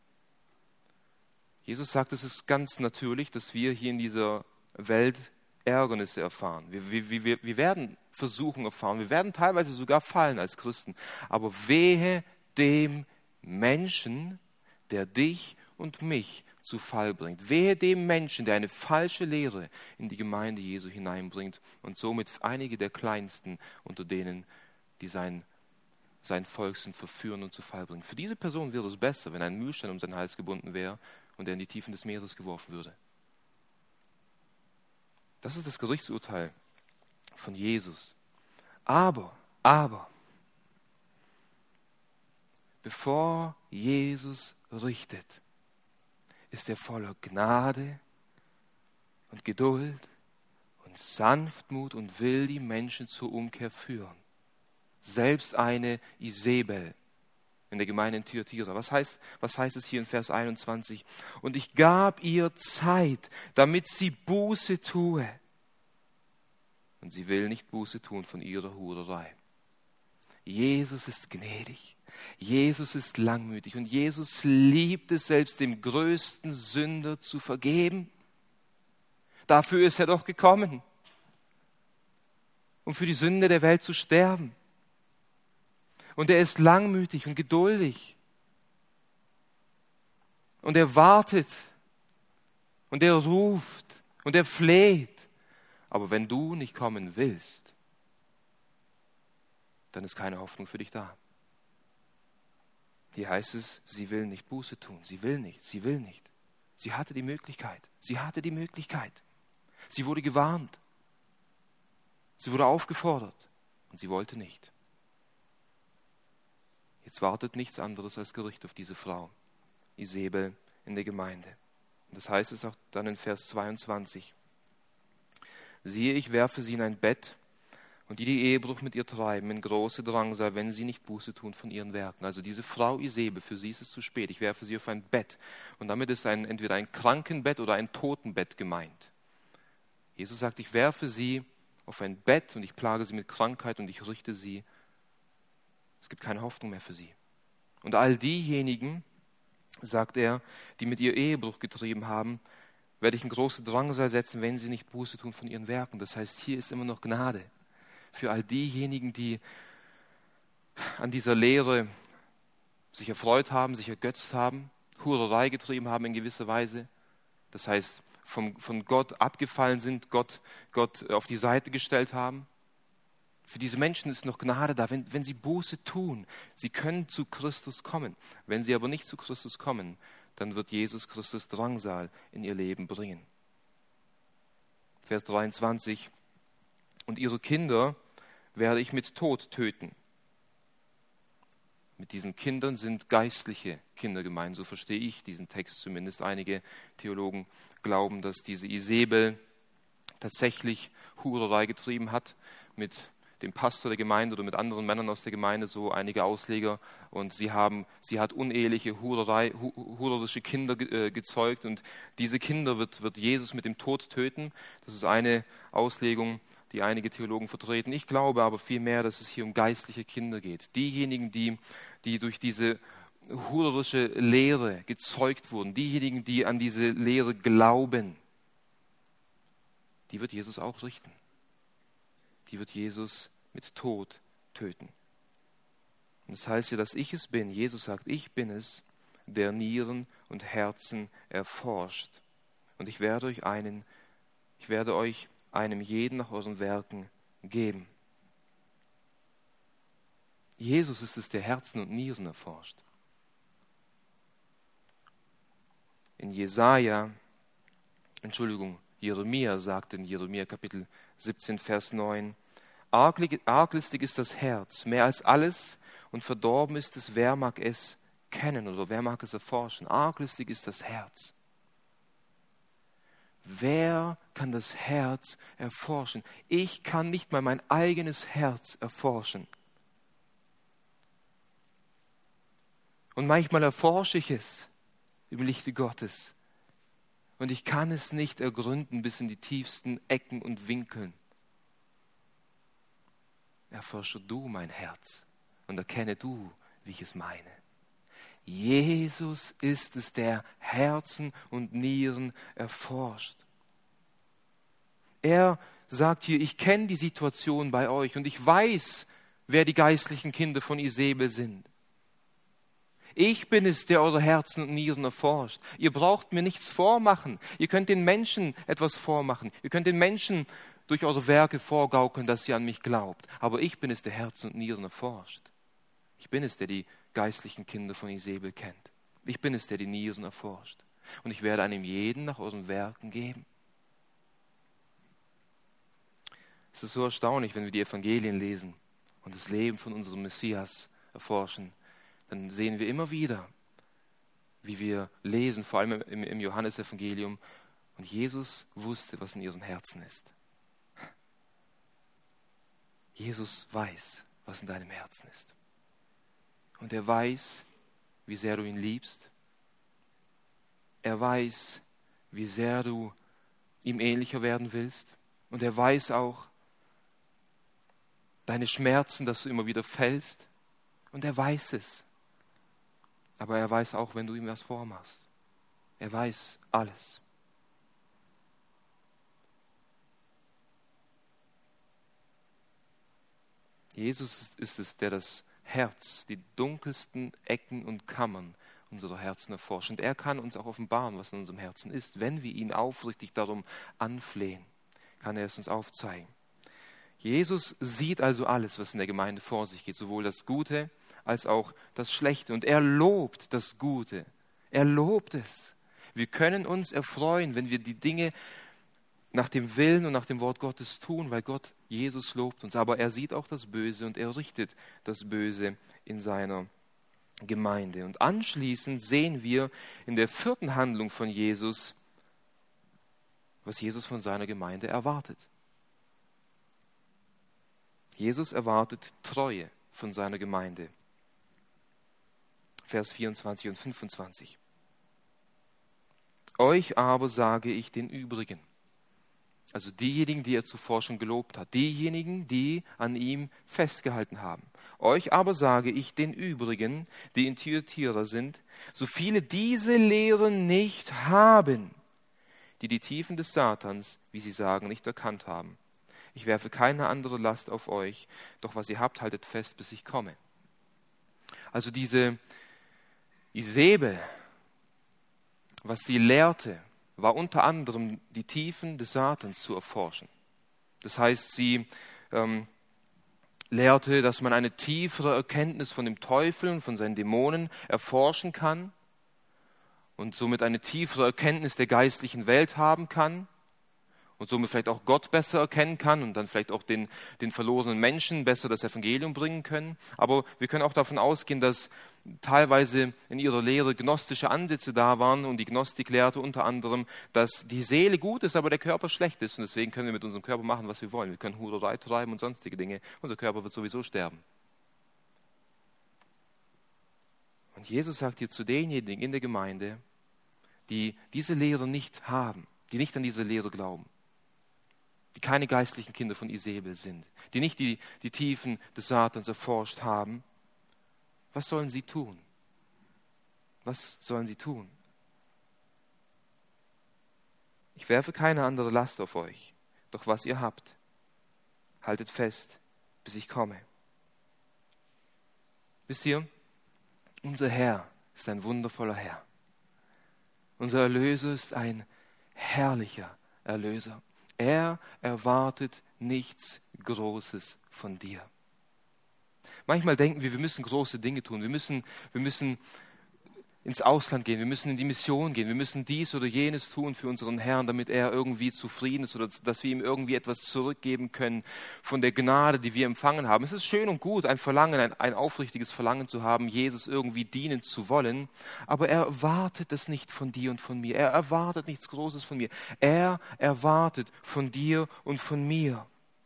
Jesus sagt, es ist ganz natürlich, dass wir hier in dieser Welt Ärgernisse erfahren. Wir werden Versuchung erfahren, wir werden teilweise sogar fallen als Christen. Aber wehe dem Menschen, der dich und mich zu Fall bringt. Wehe dem Menschen, der eine falsche Lehre in die Gemeinde Jesu hineinbringt und somit einige der Kleinsten unter denen, die sein Volk sind, verführen und zu Fall bringen. Für diese Person wäre es besser, wenn ein Mühlstein um seinen Hals gebunden wäre und er in die Tiefen des Meeres geworfen würde. Das ist das Gerichtsurteil von Jesus. Aber, bevor Jesus richtet, ist er voller Gnade und Geduld und Sanftmut und will die Menschen zur Umkehr führen. Selbst eine Isebel in der Gemeinde in Thyatira. Was heißt es hier in Vers 21? Und ich gab ihr Zeit, damit sie Buße tue. Und sie will nicht Buße tun von ihrer Hurerei. Jesus ist gnädig. Jesus ist langmütig und Jesus liebt es, selbst dem größten Sünder zu vergeben. Dafür ist er doch gekommen, um für die Sünde der Welt zu sterben. Und er ist langmütig und geduldig. Und er wartet und er ruft und er fleht. Aber wenn du nicht kommen willst, dann ist keine Hoffnung für dich da. Hier heißt es, sie will nicht Buße tun. Sie will nicht. Sie hatte die Möglichkeit. Sie wurde gewarnt. Sie wurde aufgefordert. Und sie wollte nicht. Jetzt wartet nichts anderes als Gericht auf diese Frau, Isebel, in der Gemeinde. Und das heißt es auch dann in Vers 22. Siehe, ich werfe sie in ein Bett, und die Ehebruch mit ihr treiben in große Drangsal, wenn sie nicht Buße tun von ihren Werken. Also diese Frau Isebel, für sie ist es zu spät. Ich werfe sie auf ein Bett. Und damit ist entweder ein Krankenbett oder ein Totenbett gemeint. Jesus sagt, ich werfe sie auf ein Bett und ich plage sie mit Krankheit und ich richte sie. Es gibt keine Hoffnung mehr für sie. Und all diejenigen, sagt er, die mit ihr Ehebruch getrieben haben, werde ich in große Drangsal setzen, wenn sie nicht Buße tun von ihren Werken. Das heißt, hier ist immer noch Gnade für all diejenigen, die an dieser Lehre sich erfreut haben, sich ergötzt haben, Hurerei getrieben haben in gewisser Weise. Das heißt, von Gott abgefallen sind, Gott auf die Seite gestellt haben. Für diese Menschen ist noch Gnade da, wenn sie Buße tun. Sie können zu Christus kommen. Wenn sie aber nicht zu Christus kommen, dann wird Jesus Christus Drangsal in ihr Leben bringen. Vers 23. Und ihre Kinder werde ich mit Tod töten. Mit diesen Kindern sind geistliche Kinder gemeint, so verstehe ich diesen Text zumindest. Einige Theologen glauben, dass diese Isebel tatsächlich Hurerei getrieben hat mit dem Pastor der Gemeinde oder mit anderen Männern aus der Gemeinde, so einige Ausleger. Und sie hat uneheliche, hurerische Kinder gezeugt und diese Kinder wird Jesus mit dem Tod töten. Das ist eine Auslegung, die einige Theologen vertreten. Ich glaube aber vielmehr, dass es hier um geistliche Kinder geht. Diejenigen, die durch diese hurerische Lehre gezeugt wurden, diejenigen, die an diese Lehre glauben, die wird Jesus auch richten. Die wird Jesus mit Tod töten. Und das heißt ja, dass ich es bin. Jesus sagt, ich bin es, der Nieren und Herzen erforscht. Und ich werde euch einem jeden nach euren Werken geben. Jesus ist es, der Herzen und Nieren erforscht. In Jeremia sagt in Jeremia Kapitel 17, Vers 9, arglistig ist das Herz, mehr als alles, und verdorben ist es, wer mag es kennen oder wer mag es erforschen. Arglistig ist das Herz. Wer kann das Herz erforschen? Ich kann nicht mal mein eigenes Herz erforschen. Und manchmal erforsche ich es im Lichte Gottes. Und ich kann es nicht ergründen bis in die tiefsten Ecken und Winkeln. Erforsche du mein Herz und erkenne du, wie ich es meine. Jesus ist es, der Herzen und Nieren erforscht. Er sagt hier, ich kenne die Situation bei euch und ich weiß, wer die geistlichen Kinder von Isebel sind. Ich bin es, der eure Herzen und Nieren erforscht. Ihr braucht mir nichts vormachen. Ihr könnt den Menschen etwas vormachen. Ihr könnt den Menschen durch eure Werke vorgaukeln, dass ihr an mich glaubt. Aber ich bin es, der Herzen und Nieren erforscht. Ich bin es, der die geistlichen Kinder von Isebel kennt. Ich bin es, der die Nieren erforscht. Und ich werde einem jeden nach euren Werken geben. Es ist so erstaunlich, wenn wir die Evangelien lesen und das Leben von unserem Messias erforschen. Dann sehen wir immer wieder, wie wir lesen, vor allem im Johannesevangelium, und Jesus wusste, was in ihren Herzen ist. Jesus weiß, was in deinem Herzen ist. Und er weiß, wie sehr du ihn liebst. Er weiß, wie sehr du ihm ähnlicher werden willst. Und er weiß auch deine Schmerzen, dass du immer wieder fällst. Und er weiß es. Aber er weiß auch, wenn du ihm was vormachst. Er weiß alles. Jesus ist es, der das Herz, die dunkelsten Ecken und Kammern unserer Herzen erforscht. Und er kann uns auch offenbaren, was in unserem Herzen ist. Wenn wir ihn aufrichtig darum anflehen, kann er es uns aufzeigen. Jesus sieht also alles, was in der Gemeinde vor sich geht, sowohl das Gute als auch das Schlechte. Und er lobt das Gute. Er lobt es. Wir können uns erfreuen, wenn wir die Dinge nach dem Willen und nach dem Wort Gottes tun, weil Gott Jesus lobt uns. Aber er sieht auch das Böse und er richtet das Böse in seiner Gemeinde. Und anschließend sehen wir in der 4. Handlung von Jesus, was Jesus von seiner Gemeinde erwartet. Jesus erwartet Treue von seiner Gemeinde. Vers 24 und 25. Euch aber sage ich den übrigen, also diejenigen, die er zuvor schon gelobt hat, diejenigen, die an ihm festgehalten haben. Euch aber sage ich den übrigen, die in Thyatira sind, so viele diese Lehre nicht haben, die die Tiefen des Satans, wie sie sagen, nicht erkannt haben. Ich werfe keine andere Last auf euch, doch was ihr habt, haltet fest, bis ich komme. Also diese Isabel, was sie lehrte, war unter anderem die Tiefen des Satans zu erforschen. Das heißt, sie lehrte, dass man eine tiefere Erkenntnis von dem Teufel und von seinen Dämonen erforschen kann und somit eine tiefere Erkenntnis der geistlichen Welt haben kann und somit vielleicht auch Gott besser erkennen kann und dann vielleicht auch den verlorenen Menschen besser das Evangelium bringen können. Aber wir können auch davon ausgehen, dass teilweise in ihrer Lehre gnostische Ansätze da waren und die Gnostik lehrte unter anderem, dass die Seele gut ist, aber der Körper schlecht ist und deswegen können wir mit unserem Körper machen, was wir wollen. Wir können Hurerei treiben und sonstige Dinge. Unser Körper wird sowieso sterben. Und Jesus sagt hier zu denjenigen in der Gemeinde, die diese Lehre nicht haben, die nicht an diese Lehre glauben, die keine geistlichen Kinder von Isabel sind, die nicht die Tiefen des Satans erforscht haben, was sollen sie tun? Was sollen sie tun? Ich werfe keine andere Last auf euch, doch was ihr habt, haltet fest, bis ich komme. Wisst ihr, unser Herr ist ein wundervoller Herr. Unser Erlöser ist ein herrlicher Erlöser. Er erwartet nichts Großes von dir. Manchmal denken wir müssen große Dinge tun. Wir müssen ins Ausland gehen, wir müssen in die Mission gehen, wir müssen dies oder jenes tun für unseren Herrn, damit er irgendwie zufrieden ist oder dass wir ihm irgendwie etwas zurückgeben können von der Gnade, die wir empfangen haben. Es ist schön und gut, ein Verlangen, ein aufrichtiges Verlangen zu haben, Jesus irgendwie dienen zu wollen, aber er erwartet es nicht von dir und von mir. Er erwartet nichts Großes von mir. Er erwartet von dir und von mir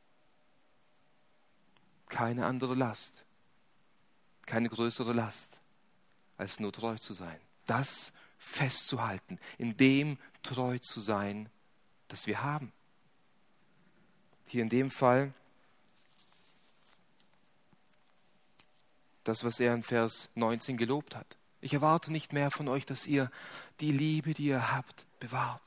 keine andere Last, keine größere Last, als nur treu zu sein. Das festzuhalten, in dem treu zu sein, das wir haben. Hier in dem Fall das, was er in Vers 19 gelobt hat. Ich erwarte nicht mehr von euch, dass ihr die Liebe, die ihr habt, bewahrt.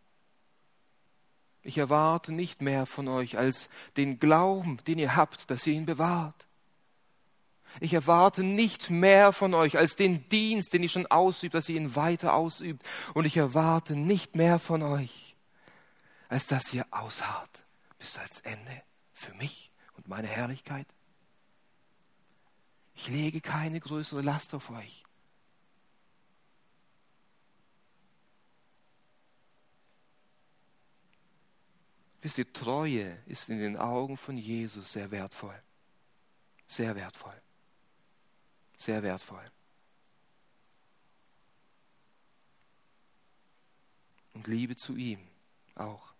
Ich erwarte nicht mehr von euch als den Glauben, den ihr habt, dass ihr ihn bewahrt. Ich erwarte nicht mehr von euch als den Dienst, den ihr schon ausübt, dass ihr ihn weiter ausübt. Und ich erwarte nicht mehr von euch, als dass ihr ausharrt bis ans Ende für mich und meine Herrlichkeit. Ich lege keine größere Last auf euch. Wisst ihr, Treue ist in den Augen von Jesus sehr wertvoll. Sehr wertvoll. Sehr wertvoll. Und Liebe zu ihm auch.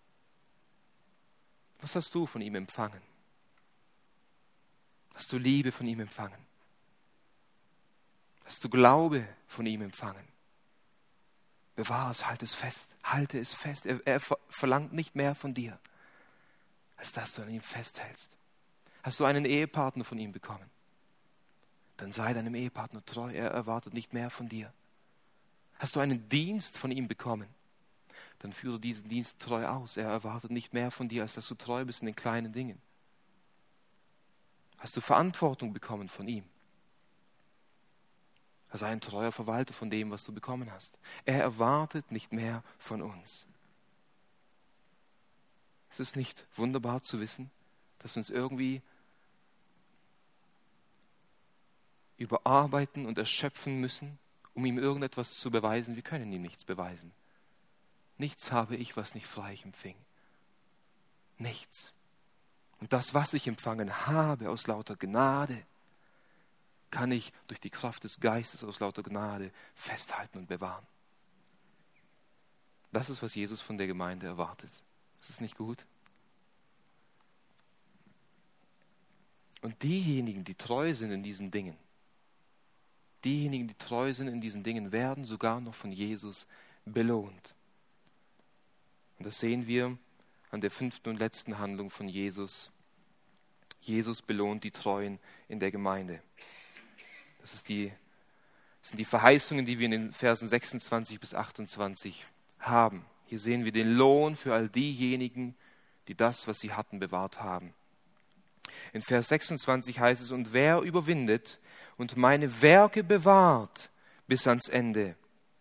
Was hast du von ihm empfangen? Hast du Liebe von ihm empfangen? Hast du Glaube von ihm empfangen? Bewahre es, halte es fest. Halte es fest. Er verlangt nicht mehr von dir, als dass du an ihm festhältst. Hast du einen Ehepartner von ihm bekommen? Dann sei deinem Ehepartner treu. Er erwartet nicht mehr von dir. Hast du einen Dienst von ihm bekommen? Dann führe diesen Dienst treu aus. Er erwartet nicht mehr von dir, als dass du treu bist in den kleinen Dingen. Hast du Verantwortung bekommen von ihm? Sei ein treuer Verwalter von dem, was du bekommen hast. Er erwartet nicht mehr von uns. Es ist nicht wunderbar zu wissen, dass wir uns irgendwie überarbeiten und erschöpfen müssen, um ihm irgendetwas zu beweisen. Wir können ihm nichts beweisen. Nichts habe ich, was nicht frei empfing. Nichts. Und das, was ich empfangen habe aus lauter Gnade, kann ich durch die Kraft des Geistes aus lauter Gnade festhalten und bewahren. Das ist, was Jesus von der Gemeinde erwartet. Ist es nicht gut? Und diejenigen, die treu sind in diesen Dingen, werden sogar noch von Jesus belohnt. Und das sehen wir an der 5. und letzten Handlung von Jesus. Jesus belohnt die Treuen in der Gemeinde. Das sind die Verheißungen, die wir in den Versen 26 bis 28 haben. Hier sehen wir den Lohn für all diejenigen, die das, was sie hatten, bewahrt haben. In Vers 26 heißt es, und wer überwindet und meine Werke bewahrt bis ans Ende,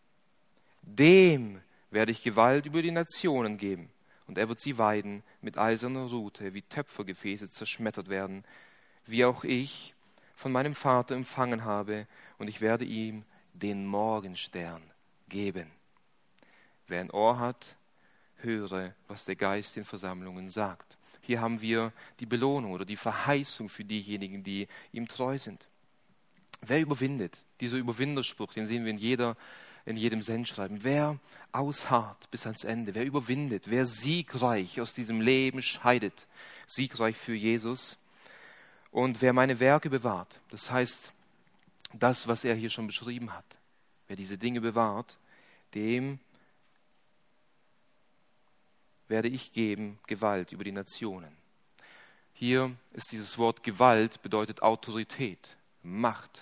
dem werde ich Gewalt über die Nationen geben. Und er wird sie weiden mit eiserner Rute, wie Töpfergefäße zerschmettert werden, wie auch ich von meinem Vater empfangen habe, und ich werde ihm den Morgenstern geben. Wer ein Ohr hat, höre, was der Geist den Versammlungen sagt. Hier haben wir die Belohnung oder die Verheißung für diejenigen, die ihm treu sind. Wer überwindet? Dieser Überwinderspruch, den sehen wir in jedem Sendschreiben. Wer ausharrt bis ans Ende, wer überwindet, wer siegreich aus diesem Leben scheidet, siegreich für Jesus, und wer meine Werke bewahrt, das heißt, das, was er hier schon beschrieben hat, wer diese Dinge bewahrt, dem werde ich geben Gewalt über die Nationen. Hier ist dieses Wort Gewalt, bedeutet Autorität, Macht,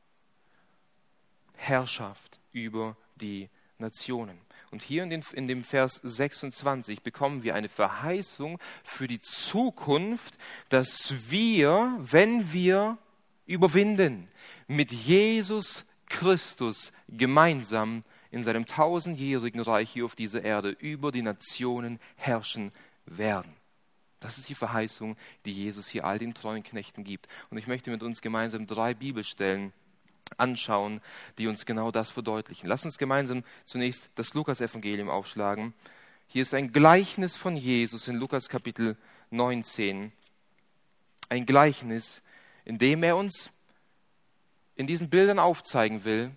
Herrschaft über die Nationen. Und hier in dem Vers 26 bekommen wir eine Verheißung für die Zukunft, dass wir, wenn wir überwinden, mit Jesus Christus gemeinsam in seinem 1000-jährigen Reich hier auf dieser Erde über die Nationen herrschen werden. Das ist die Verheißung, die Jesus hier all den treuen Knechten gibt. Und ich möchte mit uns gemeinsam 3 Bibelstellen anschauen, die uns genau das verdeutlichen. Lass uns gemeinsam zunächst das Lukas-Evangelium aufschlagen. Hier ist ein Gleichnis von Jesus in Lukas Kapitel 19. Ein Gleichnis, in dem er uns in diesen Bildern aufzeigen will,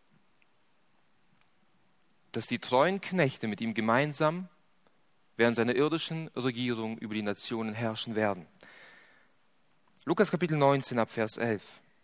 dass die treuen Knechte mit ihm gemeinsam während seiner irdischen Regierung über die Nationen herrschen werden. Lukas Kapitel 19 ab Vers 11.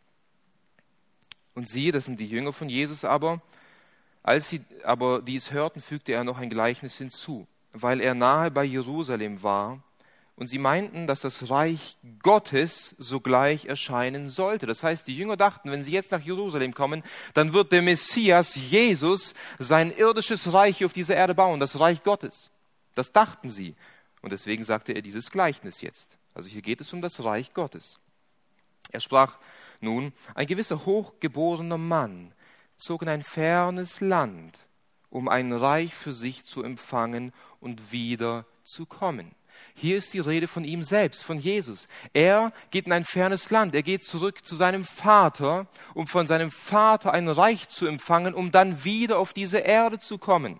Und siehe, das sind die Jünger von Jesus als sie aber dies hörten, fügte er noch ein Gleichnis hinzu, weil er nahe bei Jerusalem war und sie meinten, dass das Reich Gottes sogleich erscheinen sollte. Das heißt, die Jünger dachten, wenn sie jetzt nach Jerusalem kommen, dann wird der Messias, Jesus, sein irdisches Reich auf dieser Erde bauen, das Reich Gottes. Das dachten sie. Und deswegen sagte er dieses Gleichnis jetzt. Also hier geht es um das Reich Gottes. Er sprach nun, ein gewisser hochgeborener Mann zog in ein fernes Land, um ein Reich für sich zu empfangen und wieder zu kommen. Hier ist die Rede von ihm selbst, von Jesus. Er geht in ein fernes Land, er geht zurück zu seinem Vater, um von seinem Vater ein Reich zu empfangen, um dann wieder auf diese Erde zu kommen.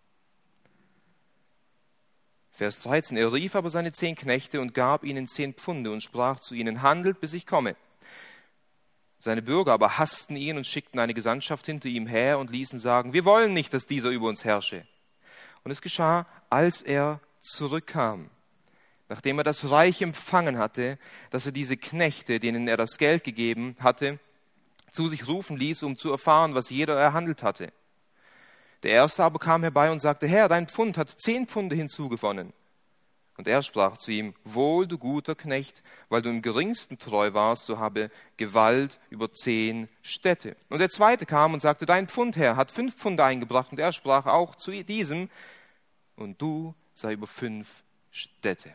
Vers 13, er rief aber seine 10 Knechte und gab ihnen 10 Pfunde und sprach zu ihnen, handelt, bis ich komme. Seine Bürger aber hassten ihn und schickten eine Gesandtschaft hinter ihm her und ließen sagen, wir wollen nicht, dass dieser über uns herrsche. Und es geschah, als er zurückkam, nachdem er das Reich empfangen hatte, dass er diese Knechte, denen er das Geld gegeben hatte, zu sich rufen ließ, um zu erfahren, was jeder erhandelt hatte. Der Erste aber kam herbei und sagte, Herr, dein Pfund hat 10 Pfunde hinzugewonnen. Und er sprach zu ihm, wohl, du guter Knecht, weil du im Geringsten treu warst, so habe Gewalt über 10 Städte. Und der Zweite kam und sagte, dein Pfundherr hat 5 Pfunde eingebracht. Und er sprach auch zu diesem, und du sei über 5 Städte.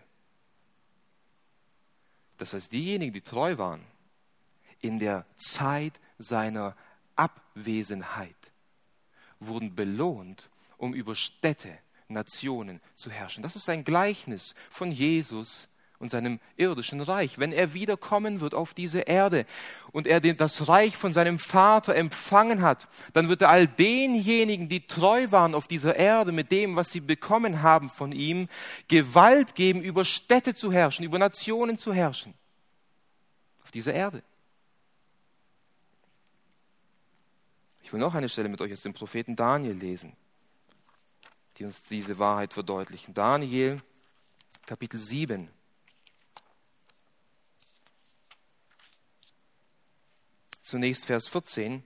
Das heißt, diejenigen, die treu waren, in der Zeit seiner Abwesenheit, wurden belohnt, um über Städte, Nationen zu herrschen. Das ist ein Gleichnis von Jesus und seinem irdischen Reich. Wenn er wiederkommen wird auf diese Erde und er das Reich von seinem Vater empfangen hat, dann wird er all denjenigen, die treu waren auf dieser Erde mit dem, was sie bekommen haben von ihm, Gewalt geben, über Städte zu herrschen, über Nationen zu herrschen. Auf dieser Erde. Ich will noch eine Stelle mit euch aus dem Propheten Daniel lesen, die uns diese Wahrheit verdeutlichen. Daniel, Kapitel 7. Zunächst Vers 14.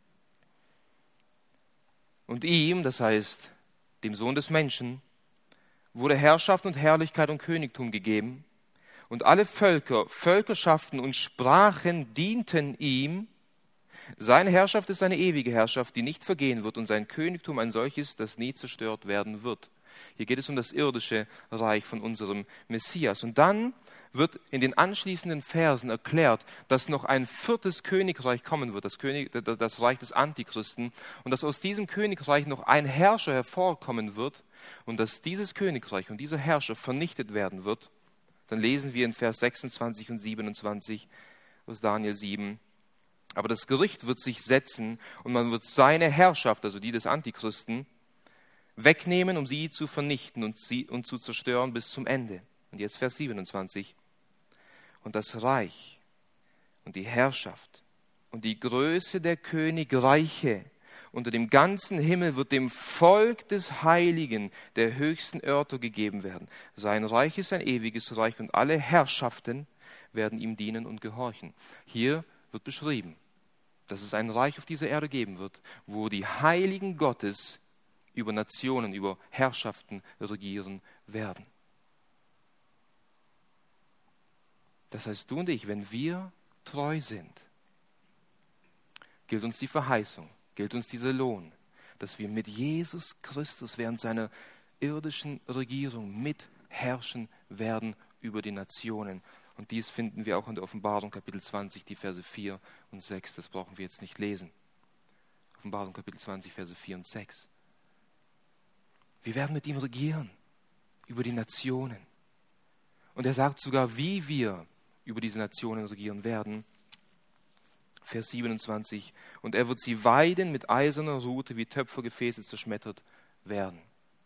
Und ihm, das heißt dem Sohn des Menschen, wurde Herrschaft und Herrlichkeit und Königtum gegeben. Und alle Völker, Völkerschaften und Sprachen dienten ihm. Seine Herrschaft ist eine ewige Herrschaft, die nicht vergehen wird, und sein Königtum ein solches, das nie zerstört werden wird. Hier geht es um das irdische Reich von unserem Messias. Und dann wird in den anschließenden Versen erklärt, dass noch ein viertes Königreich kommen wird, das Reich des Antichristen, und dass aus diesem Königreich noch ein Herrscher hervorkommen wird und dass dieses Königreich und dieser Herrscher vernichtet werden wird. Dann lesen wir in Vers 26 und 27 aus Daniel 7. Aber das Gericht wird sich setzen und man wird seine Herrschaft, also die des Antichristen, wegnehmen, um sie zu vernichten und zu zerstören bis zum Ende. Und jetzt Vers 27. Und das Reich und die Herrschaft und die Größe der Königreiche unter dem ganzen Himmel wird dem Volk des Heiligen der höchsten Örter gegeben werden. Sein Reich ist ein ewiges Reich und alle Herrschaften werden ihm dienen und gehorchen. Hier wird beschrieben, dass es ein Reich auf dieser Erde geben wird, wo die Heiligen Gottes über Nationen, über Herrschaften regieren werden. Das heißt, du und ich, wenn wir treu sind, gilt uns die Verheißung, gilt uns dieser Lohn, dass wir mit Jesus Christus während seiner irdischen Regierung mitherrschen werden über die Nationen. Und dies finden wir auch in der Offenbarung Kapitel 20, die Verse 4 und 6. Das brauchen wir jetzt nicht lesen. Offenbarung Kapitel 20, Verse 4 und 6. Wir werden mit ihm regieren über die Nationen. Und er sagt sogar, wie wir über diese Nationen regieren werden. Vers 27. Und er wird sie weiden mit eiserner Rute, wie Töpfergefäße zerschmettert werden.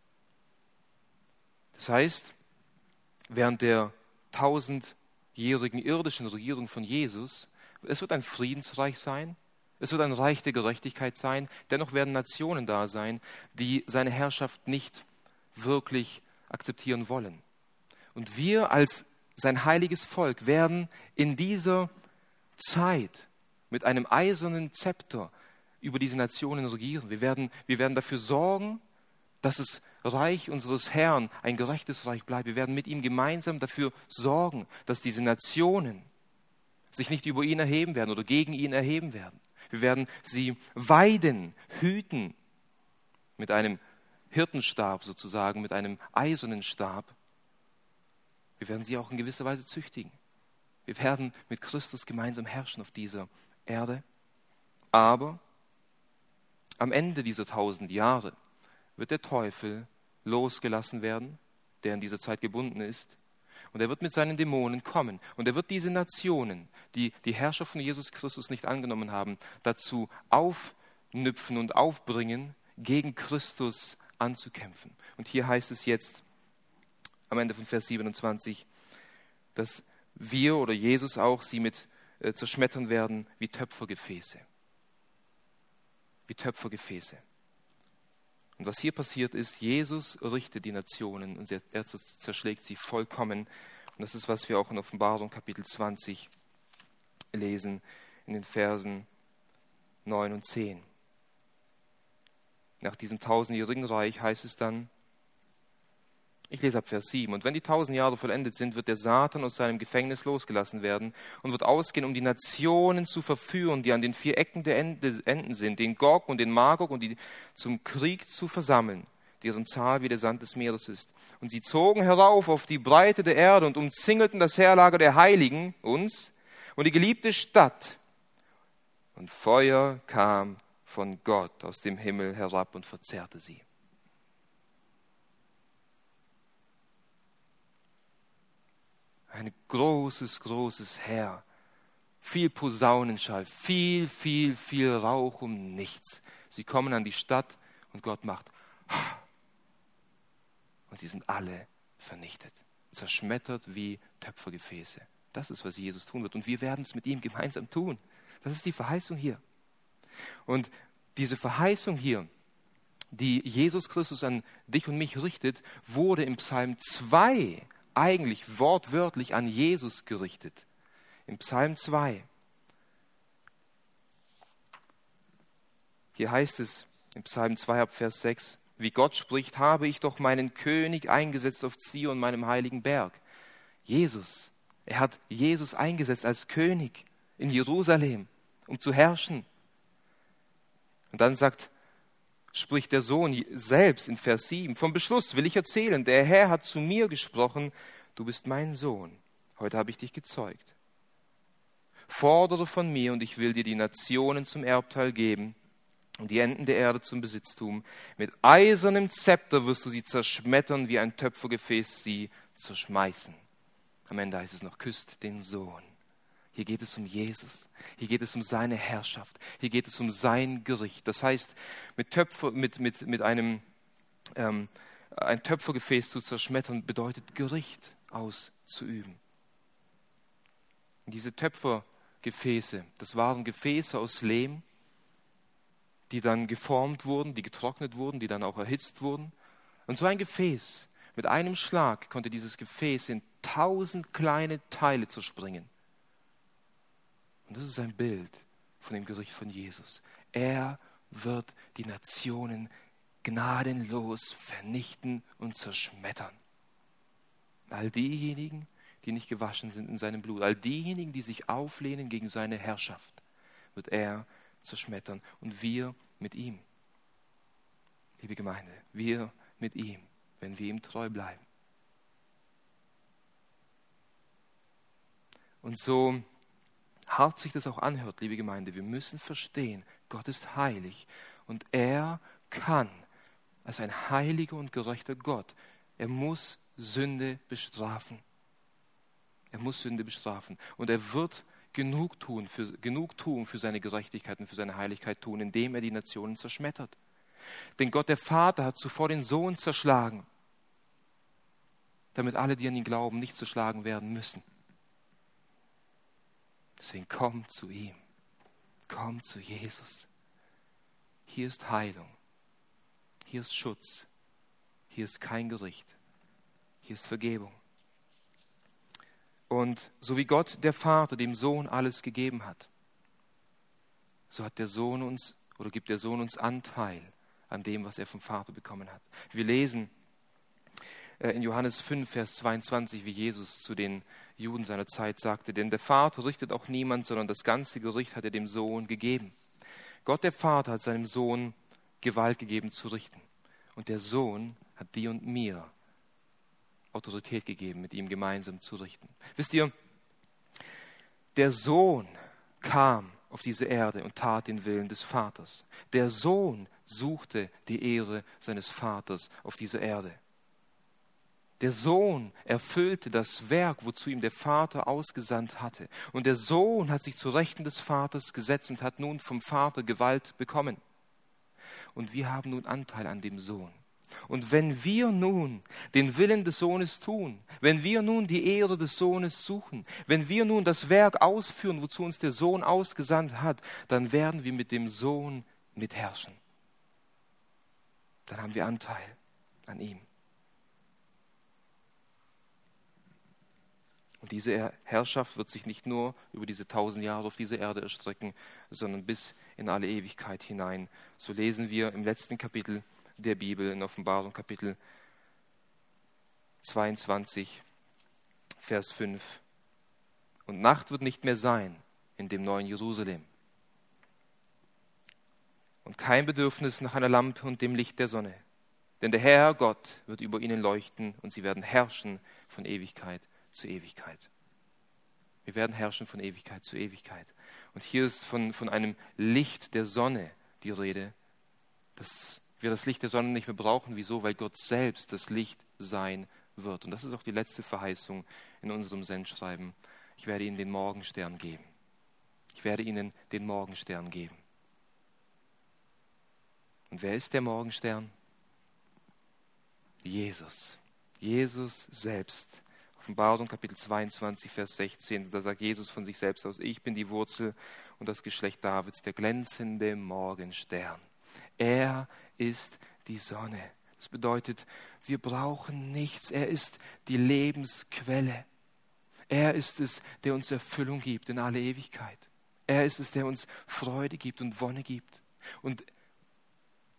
Das heißt, während der 1000-jährigen irdischen Regierung von Jesus, es wird ein Friedensreich sein, es wird ein Reich der Gerechtigkeit sein, dennoch werden Nationen da sein, die seine Herrschaft nicht wirklich akzeptieren wollen. Und wir als sein heiliges Volk werden in dieser Zeit mit einem eisernen Zepter über diese Nationen regieren. Wir werden dafür sorgen, dass das Reich unseres Herrn ein gerechtes Reich bleibt. Wir werden mit ihm gemeinsam dafür sorgen, dass diese Nationen sich nicht über ihn erheben werden oder gegen ihn erheben werden. Wir werden sie weiden, hüten mit einem Hirtenstab sozusagen, mit einem eisernen Stab. Wir werden sie auch in gewisser Weise züchtigen. Wir werden mit Christus gemeinsam herrschen auf dieser Erde. Aber am Ende dieser 1000 Jahre wird der Teufel losgelassen werden, der in dieser Zeit gebunden ist. Und er wird mit seinen Dämonen kommen. Und er wird diese Nationen, die die Herrschaft von Jesus Christus nicht angenommen haben, dazu aufnüpfen und aufbringen, gegen Christus anzukämpfen. Und hier heißt es jetzt am Ende von Vers 27, dass wir oder Jesus auch sie mit zerschmettern werden wie Töpfergefäße. Wie Töpfergefäße. Und was hier passiert ist, Jesus richtet die Nationen und er zerschlägt sie vollkommen. Und das ist, was wir auch in Offenbarung Kapitel 20 lesen, in den Versen 9 und 10. Nach diesem 1000-jährigen Reich heißt es dann, ich lese ab Vers 7. Und wenn die 1000 Jahre vollendet sind, wird der Satan aus seinem Gefängnis losgelassen werden und wird ausgehen, um die Nationen zu verführen, die an den 4 Ecken der Enden sind, den Gog und den Magog, und die zum Krieg zu versammeln, deren Zahl wie der Sand des Meeres ist. Und sie zogen herauf auf die Breite der Erde und umzingelten das Heerlager der Heiligen, uns, und die geliebte Stadt. Und Feuer kam von Gott aus dem Himmel herab und verzehrte sie. Ein großes Heer, viel Posaunenschall, viel Rauch um nichts. Sie kommen an die Stadt und Gott macht und sie sind alle vernichtet, zerschmettert wie Töpfergefäße. Das ist, was Jesus tun wird und wir werden es mit ihm gemeinsam tun. Das ist die Verheißung hier. Und diese Verheißung hier, die Jesus Christus an dich und mich richtet, wurde im Psalm 2 eigentlich wortwörtlich an Jesus gerichtet. Im Psalm 2. Hier heißt es im Psalm 2 ab Vers 6, wie Gott spricht, habe ich doch meinen König eingesetzt auf Zion, meinem heiligen Berg. Jesus, er hat Jesus eingesetzt als König in Jerusalem, um zu herrschen. Und dann spricht der Sohn selbst in Vers 7, vom Beschluss will ich erzählen, der Herr hat zu mir gesprochen, du bist mein Sohn, heute habe ich dich gezeugt. Fordere von mir und ich will dir die Nationen zum Erbteil geben und die Enden der Erde zum Besitztum. Mit eisernem Zepter wirst du sie zerschmettern, wie ein Töpfergefäß sie zerschmeißen. Am Ende heißt es noch, küsst den Sohn. Hier geht es um Jesus. Hier geht es um seine Herrschaft. Hier geht es um sein Gericht. Das heißt, ein Töpfergefäß zu zerschmettern, bedeutet Gericht auszuüben. Und diese Töpfergefäße, das waren Gefäße aus Lehm, die dann geformt wurden, die getrocknet wurden, die dann auch erhitzt wurden. Und so ein Gefäß, mit einem Schlag konnte dieses Gefäß in 1000 kleine Teile zerspringen. Und das ist ein Bild von dem Gericht von Jesus. Er wird die Nationen gnadenlos vernichten und zerschmettern. All diejenigen, die nicht gewaschen sind in seinem Blut, all diejenigen, die sich auflehnen gegen seine Herrschaft, wird er zerschmettern. Und wir mit ihm. Liebe Gemeinde, wir mit ihm, wenn wir ihm treu bleiben. Und so hart sich das auch anhört, liebe Gemeinde, wir müssen verstehen, Gott ist heilig und er kann als ein heiliger und gerechter Gott, er muss Sünde bestrafen. Er muss Sünde bestrafen und er wird genug tun für seine Gerechtigkeit und für seine Heiligkeit tun, indem er die Nationen zerschmettert. Denn Gott der Vater hat zuvor den Sohn zerschlagen, damit alle, die an ihn glauben, nicht zerschlagen werden müssen. Deswegen komm zu ihm, komm zu Jesus. Hier ist Heilung, hier ist Schutz, hier ist kein Gericht, hier ist Vergebung. Und so wie Gott, der Vater, dem Sohn alles gegeben hat, so hat der Sohn uns oder gibt der Sohn uns Anteil an dem, was er vom Vater bekommen hat. Wir lesen in Johannes 5, Vers 22, wie Jesus zu den Juden seiner Zeit sagte, denn der Vater richtet auch niemand, sondern das ganze Gericht hat er dem Sohn gegeben. Gott, der Vater, hat seinem Sohn Gewalt gegeben zu richten. Und der Sohn hat dir und mir Autorität gegeben, mit ihm gemeinsam zu richten. Wisst ihr, der Sohn kam auf diese Erde und tat den Willen des Vaters. Der Sohn suchte die Ehre seines Vaters auf dieser Erde. Der Sohn erfüllte das Werk, wozu ihm der Vater ausgesandt hatte. Und der Sohn hat sich zu Rechten des Vaters gesetzt und hat nun vom Vater Gewalt bekommen. Und wir haben nun Anteil an dem Sohn. Und wenn wir nun den Willen des Sohnes tun, wenn wir nun die Ehre des Sohnes suchen, wenn wir nun das Werk ausführen, wozu uns der Sohn ausgesandt hat, dann werden wir mit dem Sohn mitherrschen. Dann haben wir Anteil an ihm. Und diese Herrschaft wird sich nicht nur über diese 1000 Jahre auf dieser Erde erstrecken, sondern bis in alle Ewigkeit hinein. So lesen wir im letzten Kapitel der Bibel, in Offenbarung Kapitel 22, Vers 5. Und Nacht wird nicht mehr sein in dem neuen Jerusalem. Und kein Bedürfnis nach einer Lampe und dem Licht der Sonne. Denn der Herr Gott wird über ihnen leuchten und sie werden herrschen von Ewigkeit zu Ewigkeit. Wir werden herrschen von Ewigkeit zu Ewigkeit. Und hier ist von einem Licht der Sonne die Rede, dass wir das Licht der Sonne nicht mehr brauchen. Wieso? Weil Gott selbst das Licht sein wird. Und das ist auch die letzte Verheißung in unserem Sendschreiben. Ich werde ihnen den Morgenstern geben. Ich werde ihnen den Morgenstern geben. Und wer ist der Morgenstern? Jesus. Jesus selbst. Offenbarung Kapitel 22, Vers 16, da sagt Jesus von sich selbst aus, ich bin die Wurzel und das Geschlecht Davids, der glänzende Morgenstern. Er ist die Sonne. Das bedeutet, wir brauchen nichts. Er ist die Lebensquelle. Er ist es, der uns Erfüllung gibt in alle Ewigkeit. Er ist es, der uns Freude gibt und Wonne gibt. Und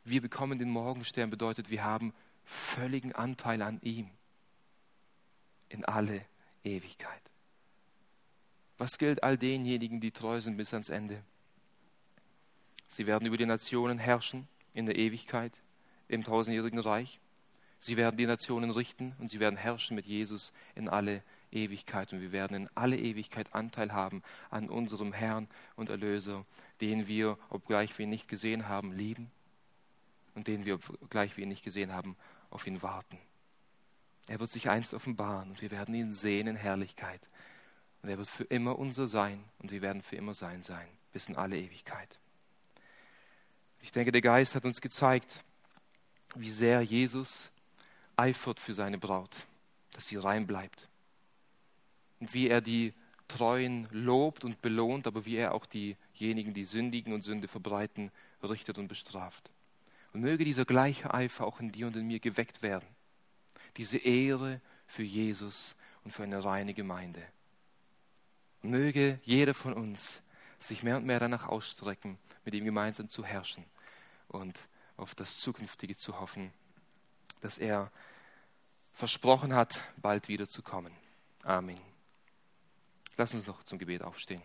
wir bekommen den Morgenstern bedeutet, wir haben völligen Anteil an ihm in alle Ewigkeit. Was gilt all denjenigen, die treu sind bis ans Ende? Sie werden über die Nationen herrschen in der Ewigkeit, im tausendjährigen Reich. Sie werden die Nationen richten und sie werden herrschen mit Jesus in alle Ewigkeit. Und wir werden in alle Ewigkeit Anteil haben an unserem Herrn und Erlöser, den wir, obgleich wir ihn nicht gesehen haben, lieben und den wir, obgleich wir ihn nicht gesehen haben, auf ihn warten. Er wird sich einst offenbaren und wir werden ihn sehen in Herrlichkeit. Und er wird für immer unser sein und wir werden für immer sein, bis in alle Ewigkeit. Ich denke, der Geist hat uns gezeigt, wie sehr Jesus eifert für seine Braut, dass sie rein bleibt. Und wie er die Treuen lobt und belohnt, aber wie er auch diejenigen, die sündigen und Sünde verbreiten, richtet und bestraft. Und möge dieser gleiche Eifer auch in dir und in mir geweckt werden. Diese Ehre für Jesus und für eine reine Gemeinde. Und möge jeder von uns sich mehr und mehr danach ausstrecken, mit ihm gemeinsam zu herrschen und auf das Zukünftige zu hoffen, dass er versprochen hat, bald wieder zu kommen. Amen. Lass uns noch zum Gebet aufstehen.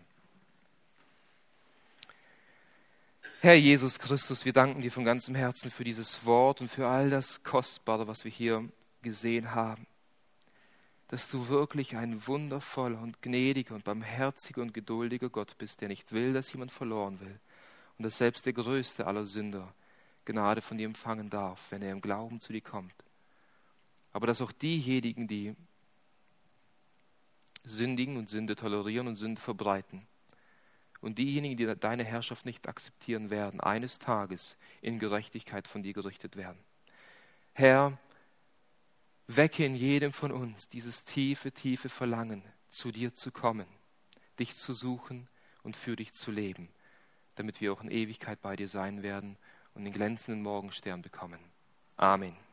Herr Jesus Christus, wir danken dir von ganzem Herzen für dieses Wort und für all das Kostbare, was wir hier gesehen haben. Dass du wirklich ein wundervoller und gnädiger und barmherziger und geduldiger Gott bist, der nicht will, dass jemand verloren will. Und dass selbst der größte aller Sünder Gnade von dir empfangen darf, wenn er im Glauben zu dir kommt. Aber dass auch diejenigen, die sündigen und Sünde tolerieren und Sünde verbreiten, und diejenigen, die deine Herrschaft nicht akzeptieren werden, eines Tages in Gerechtigkeit von dir gerichtet werden. Herr, wecke in jedem von uns dieses tiefe, tiefe Verlangen, zu dir zu kommen, dich zu suchen und für dich zu leben, damit wir auch in Ewigkeit bei dir sein werden und den glänzenden Morgenstern bekommen. Amen.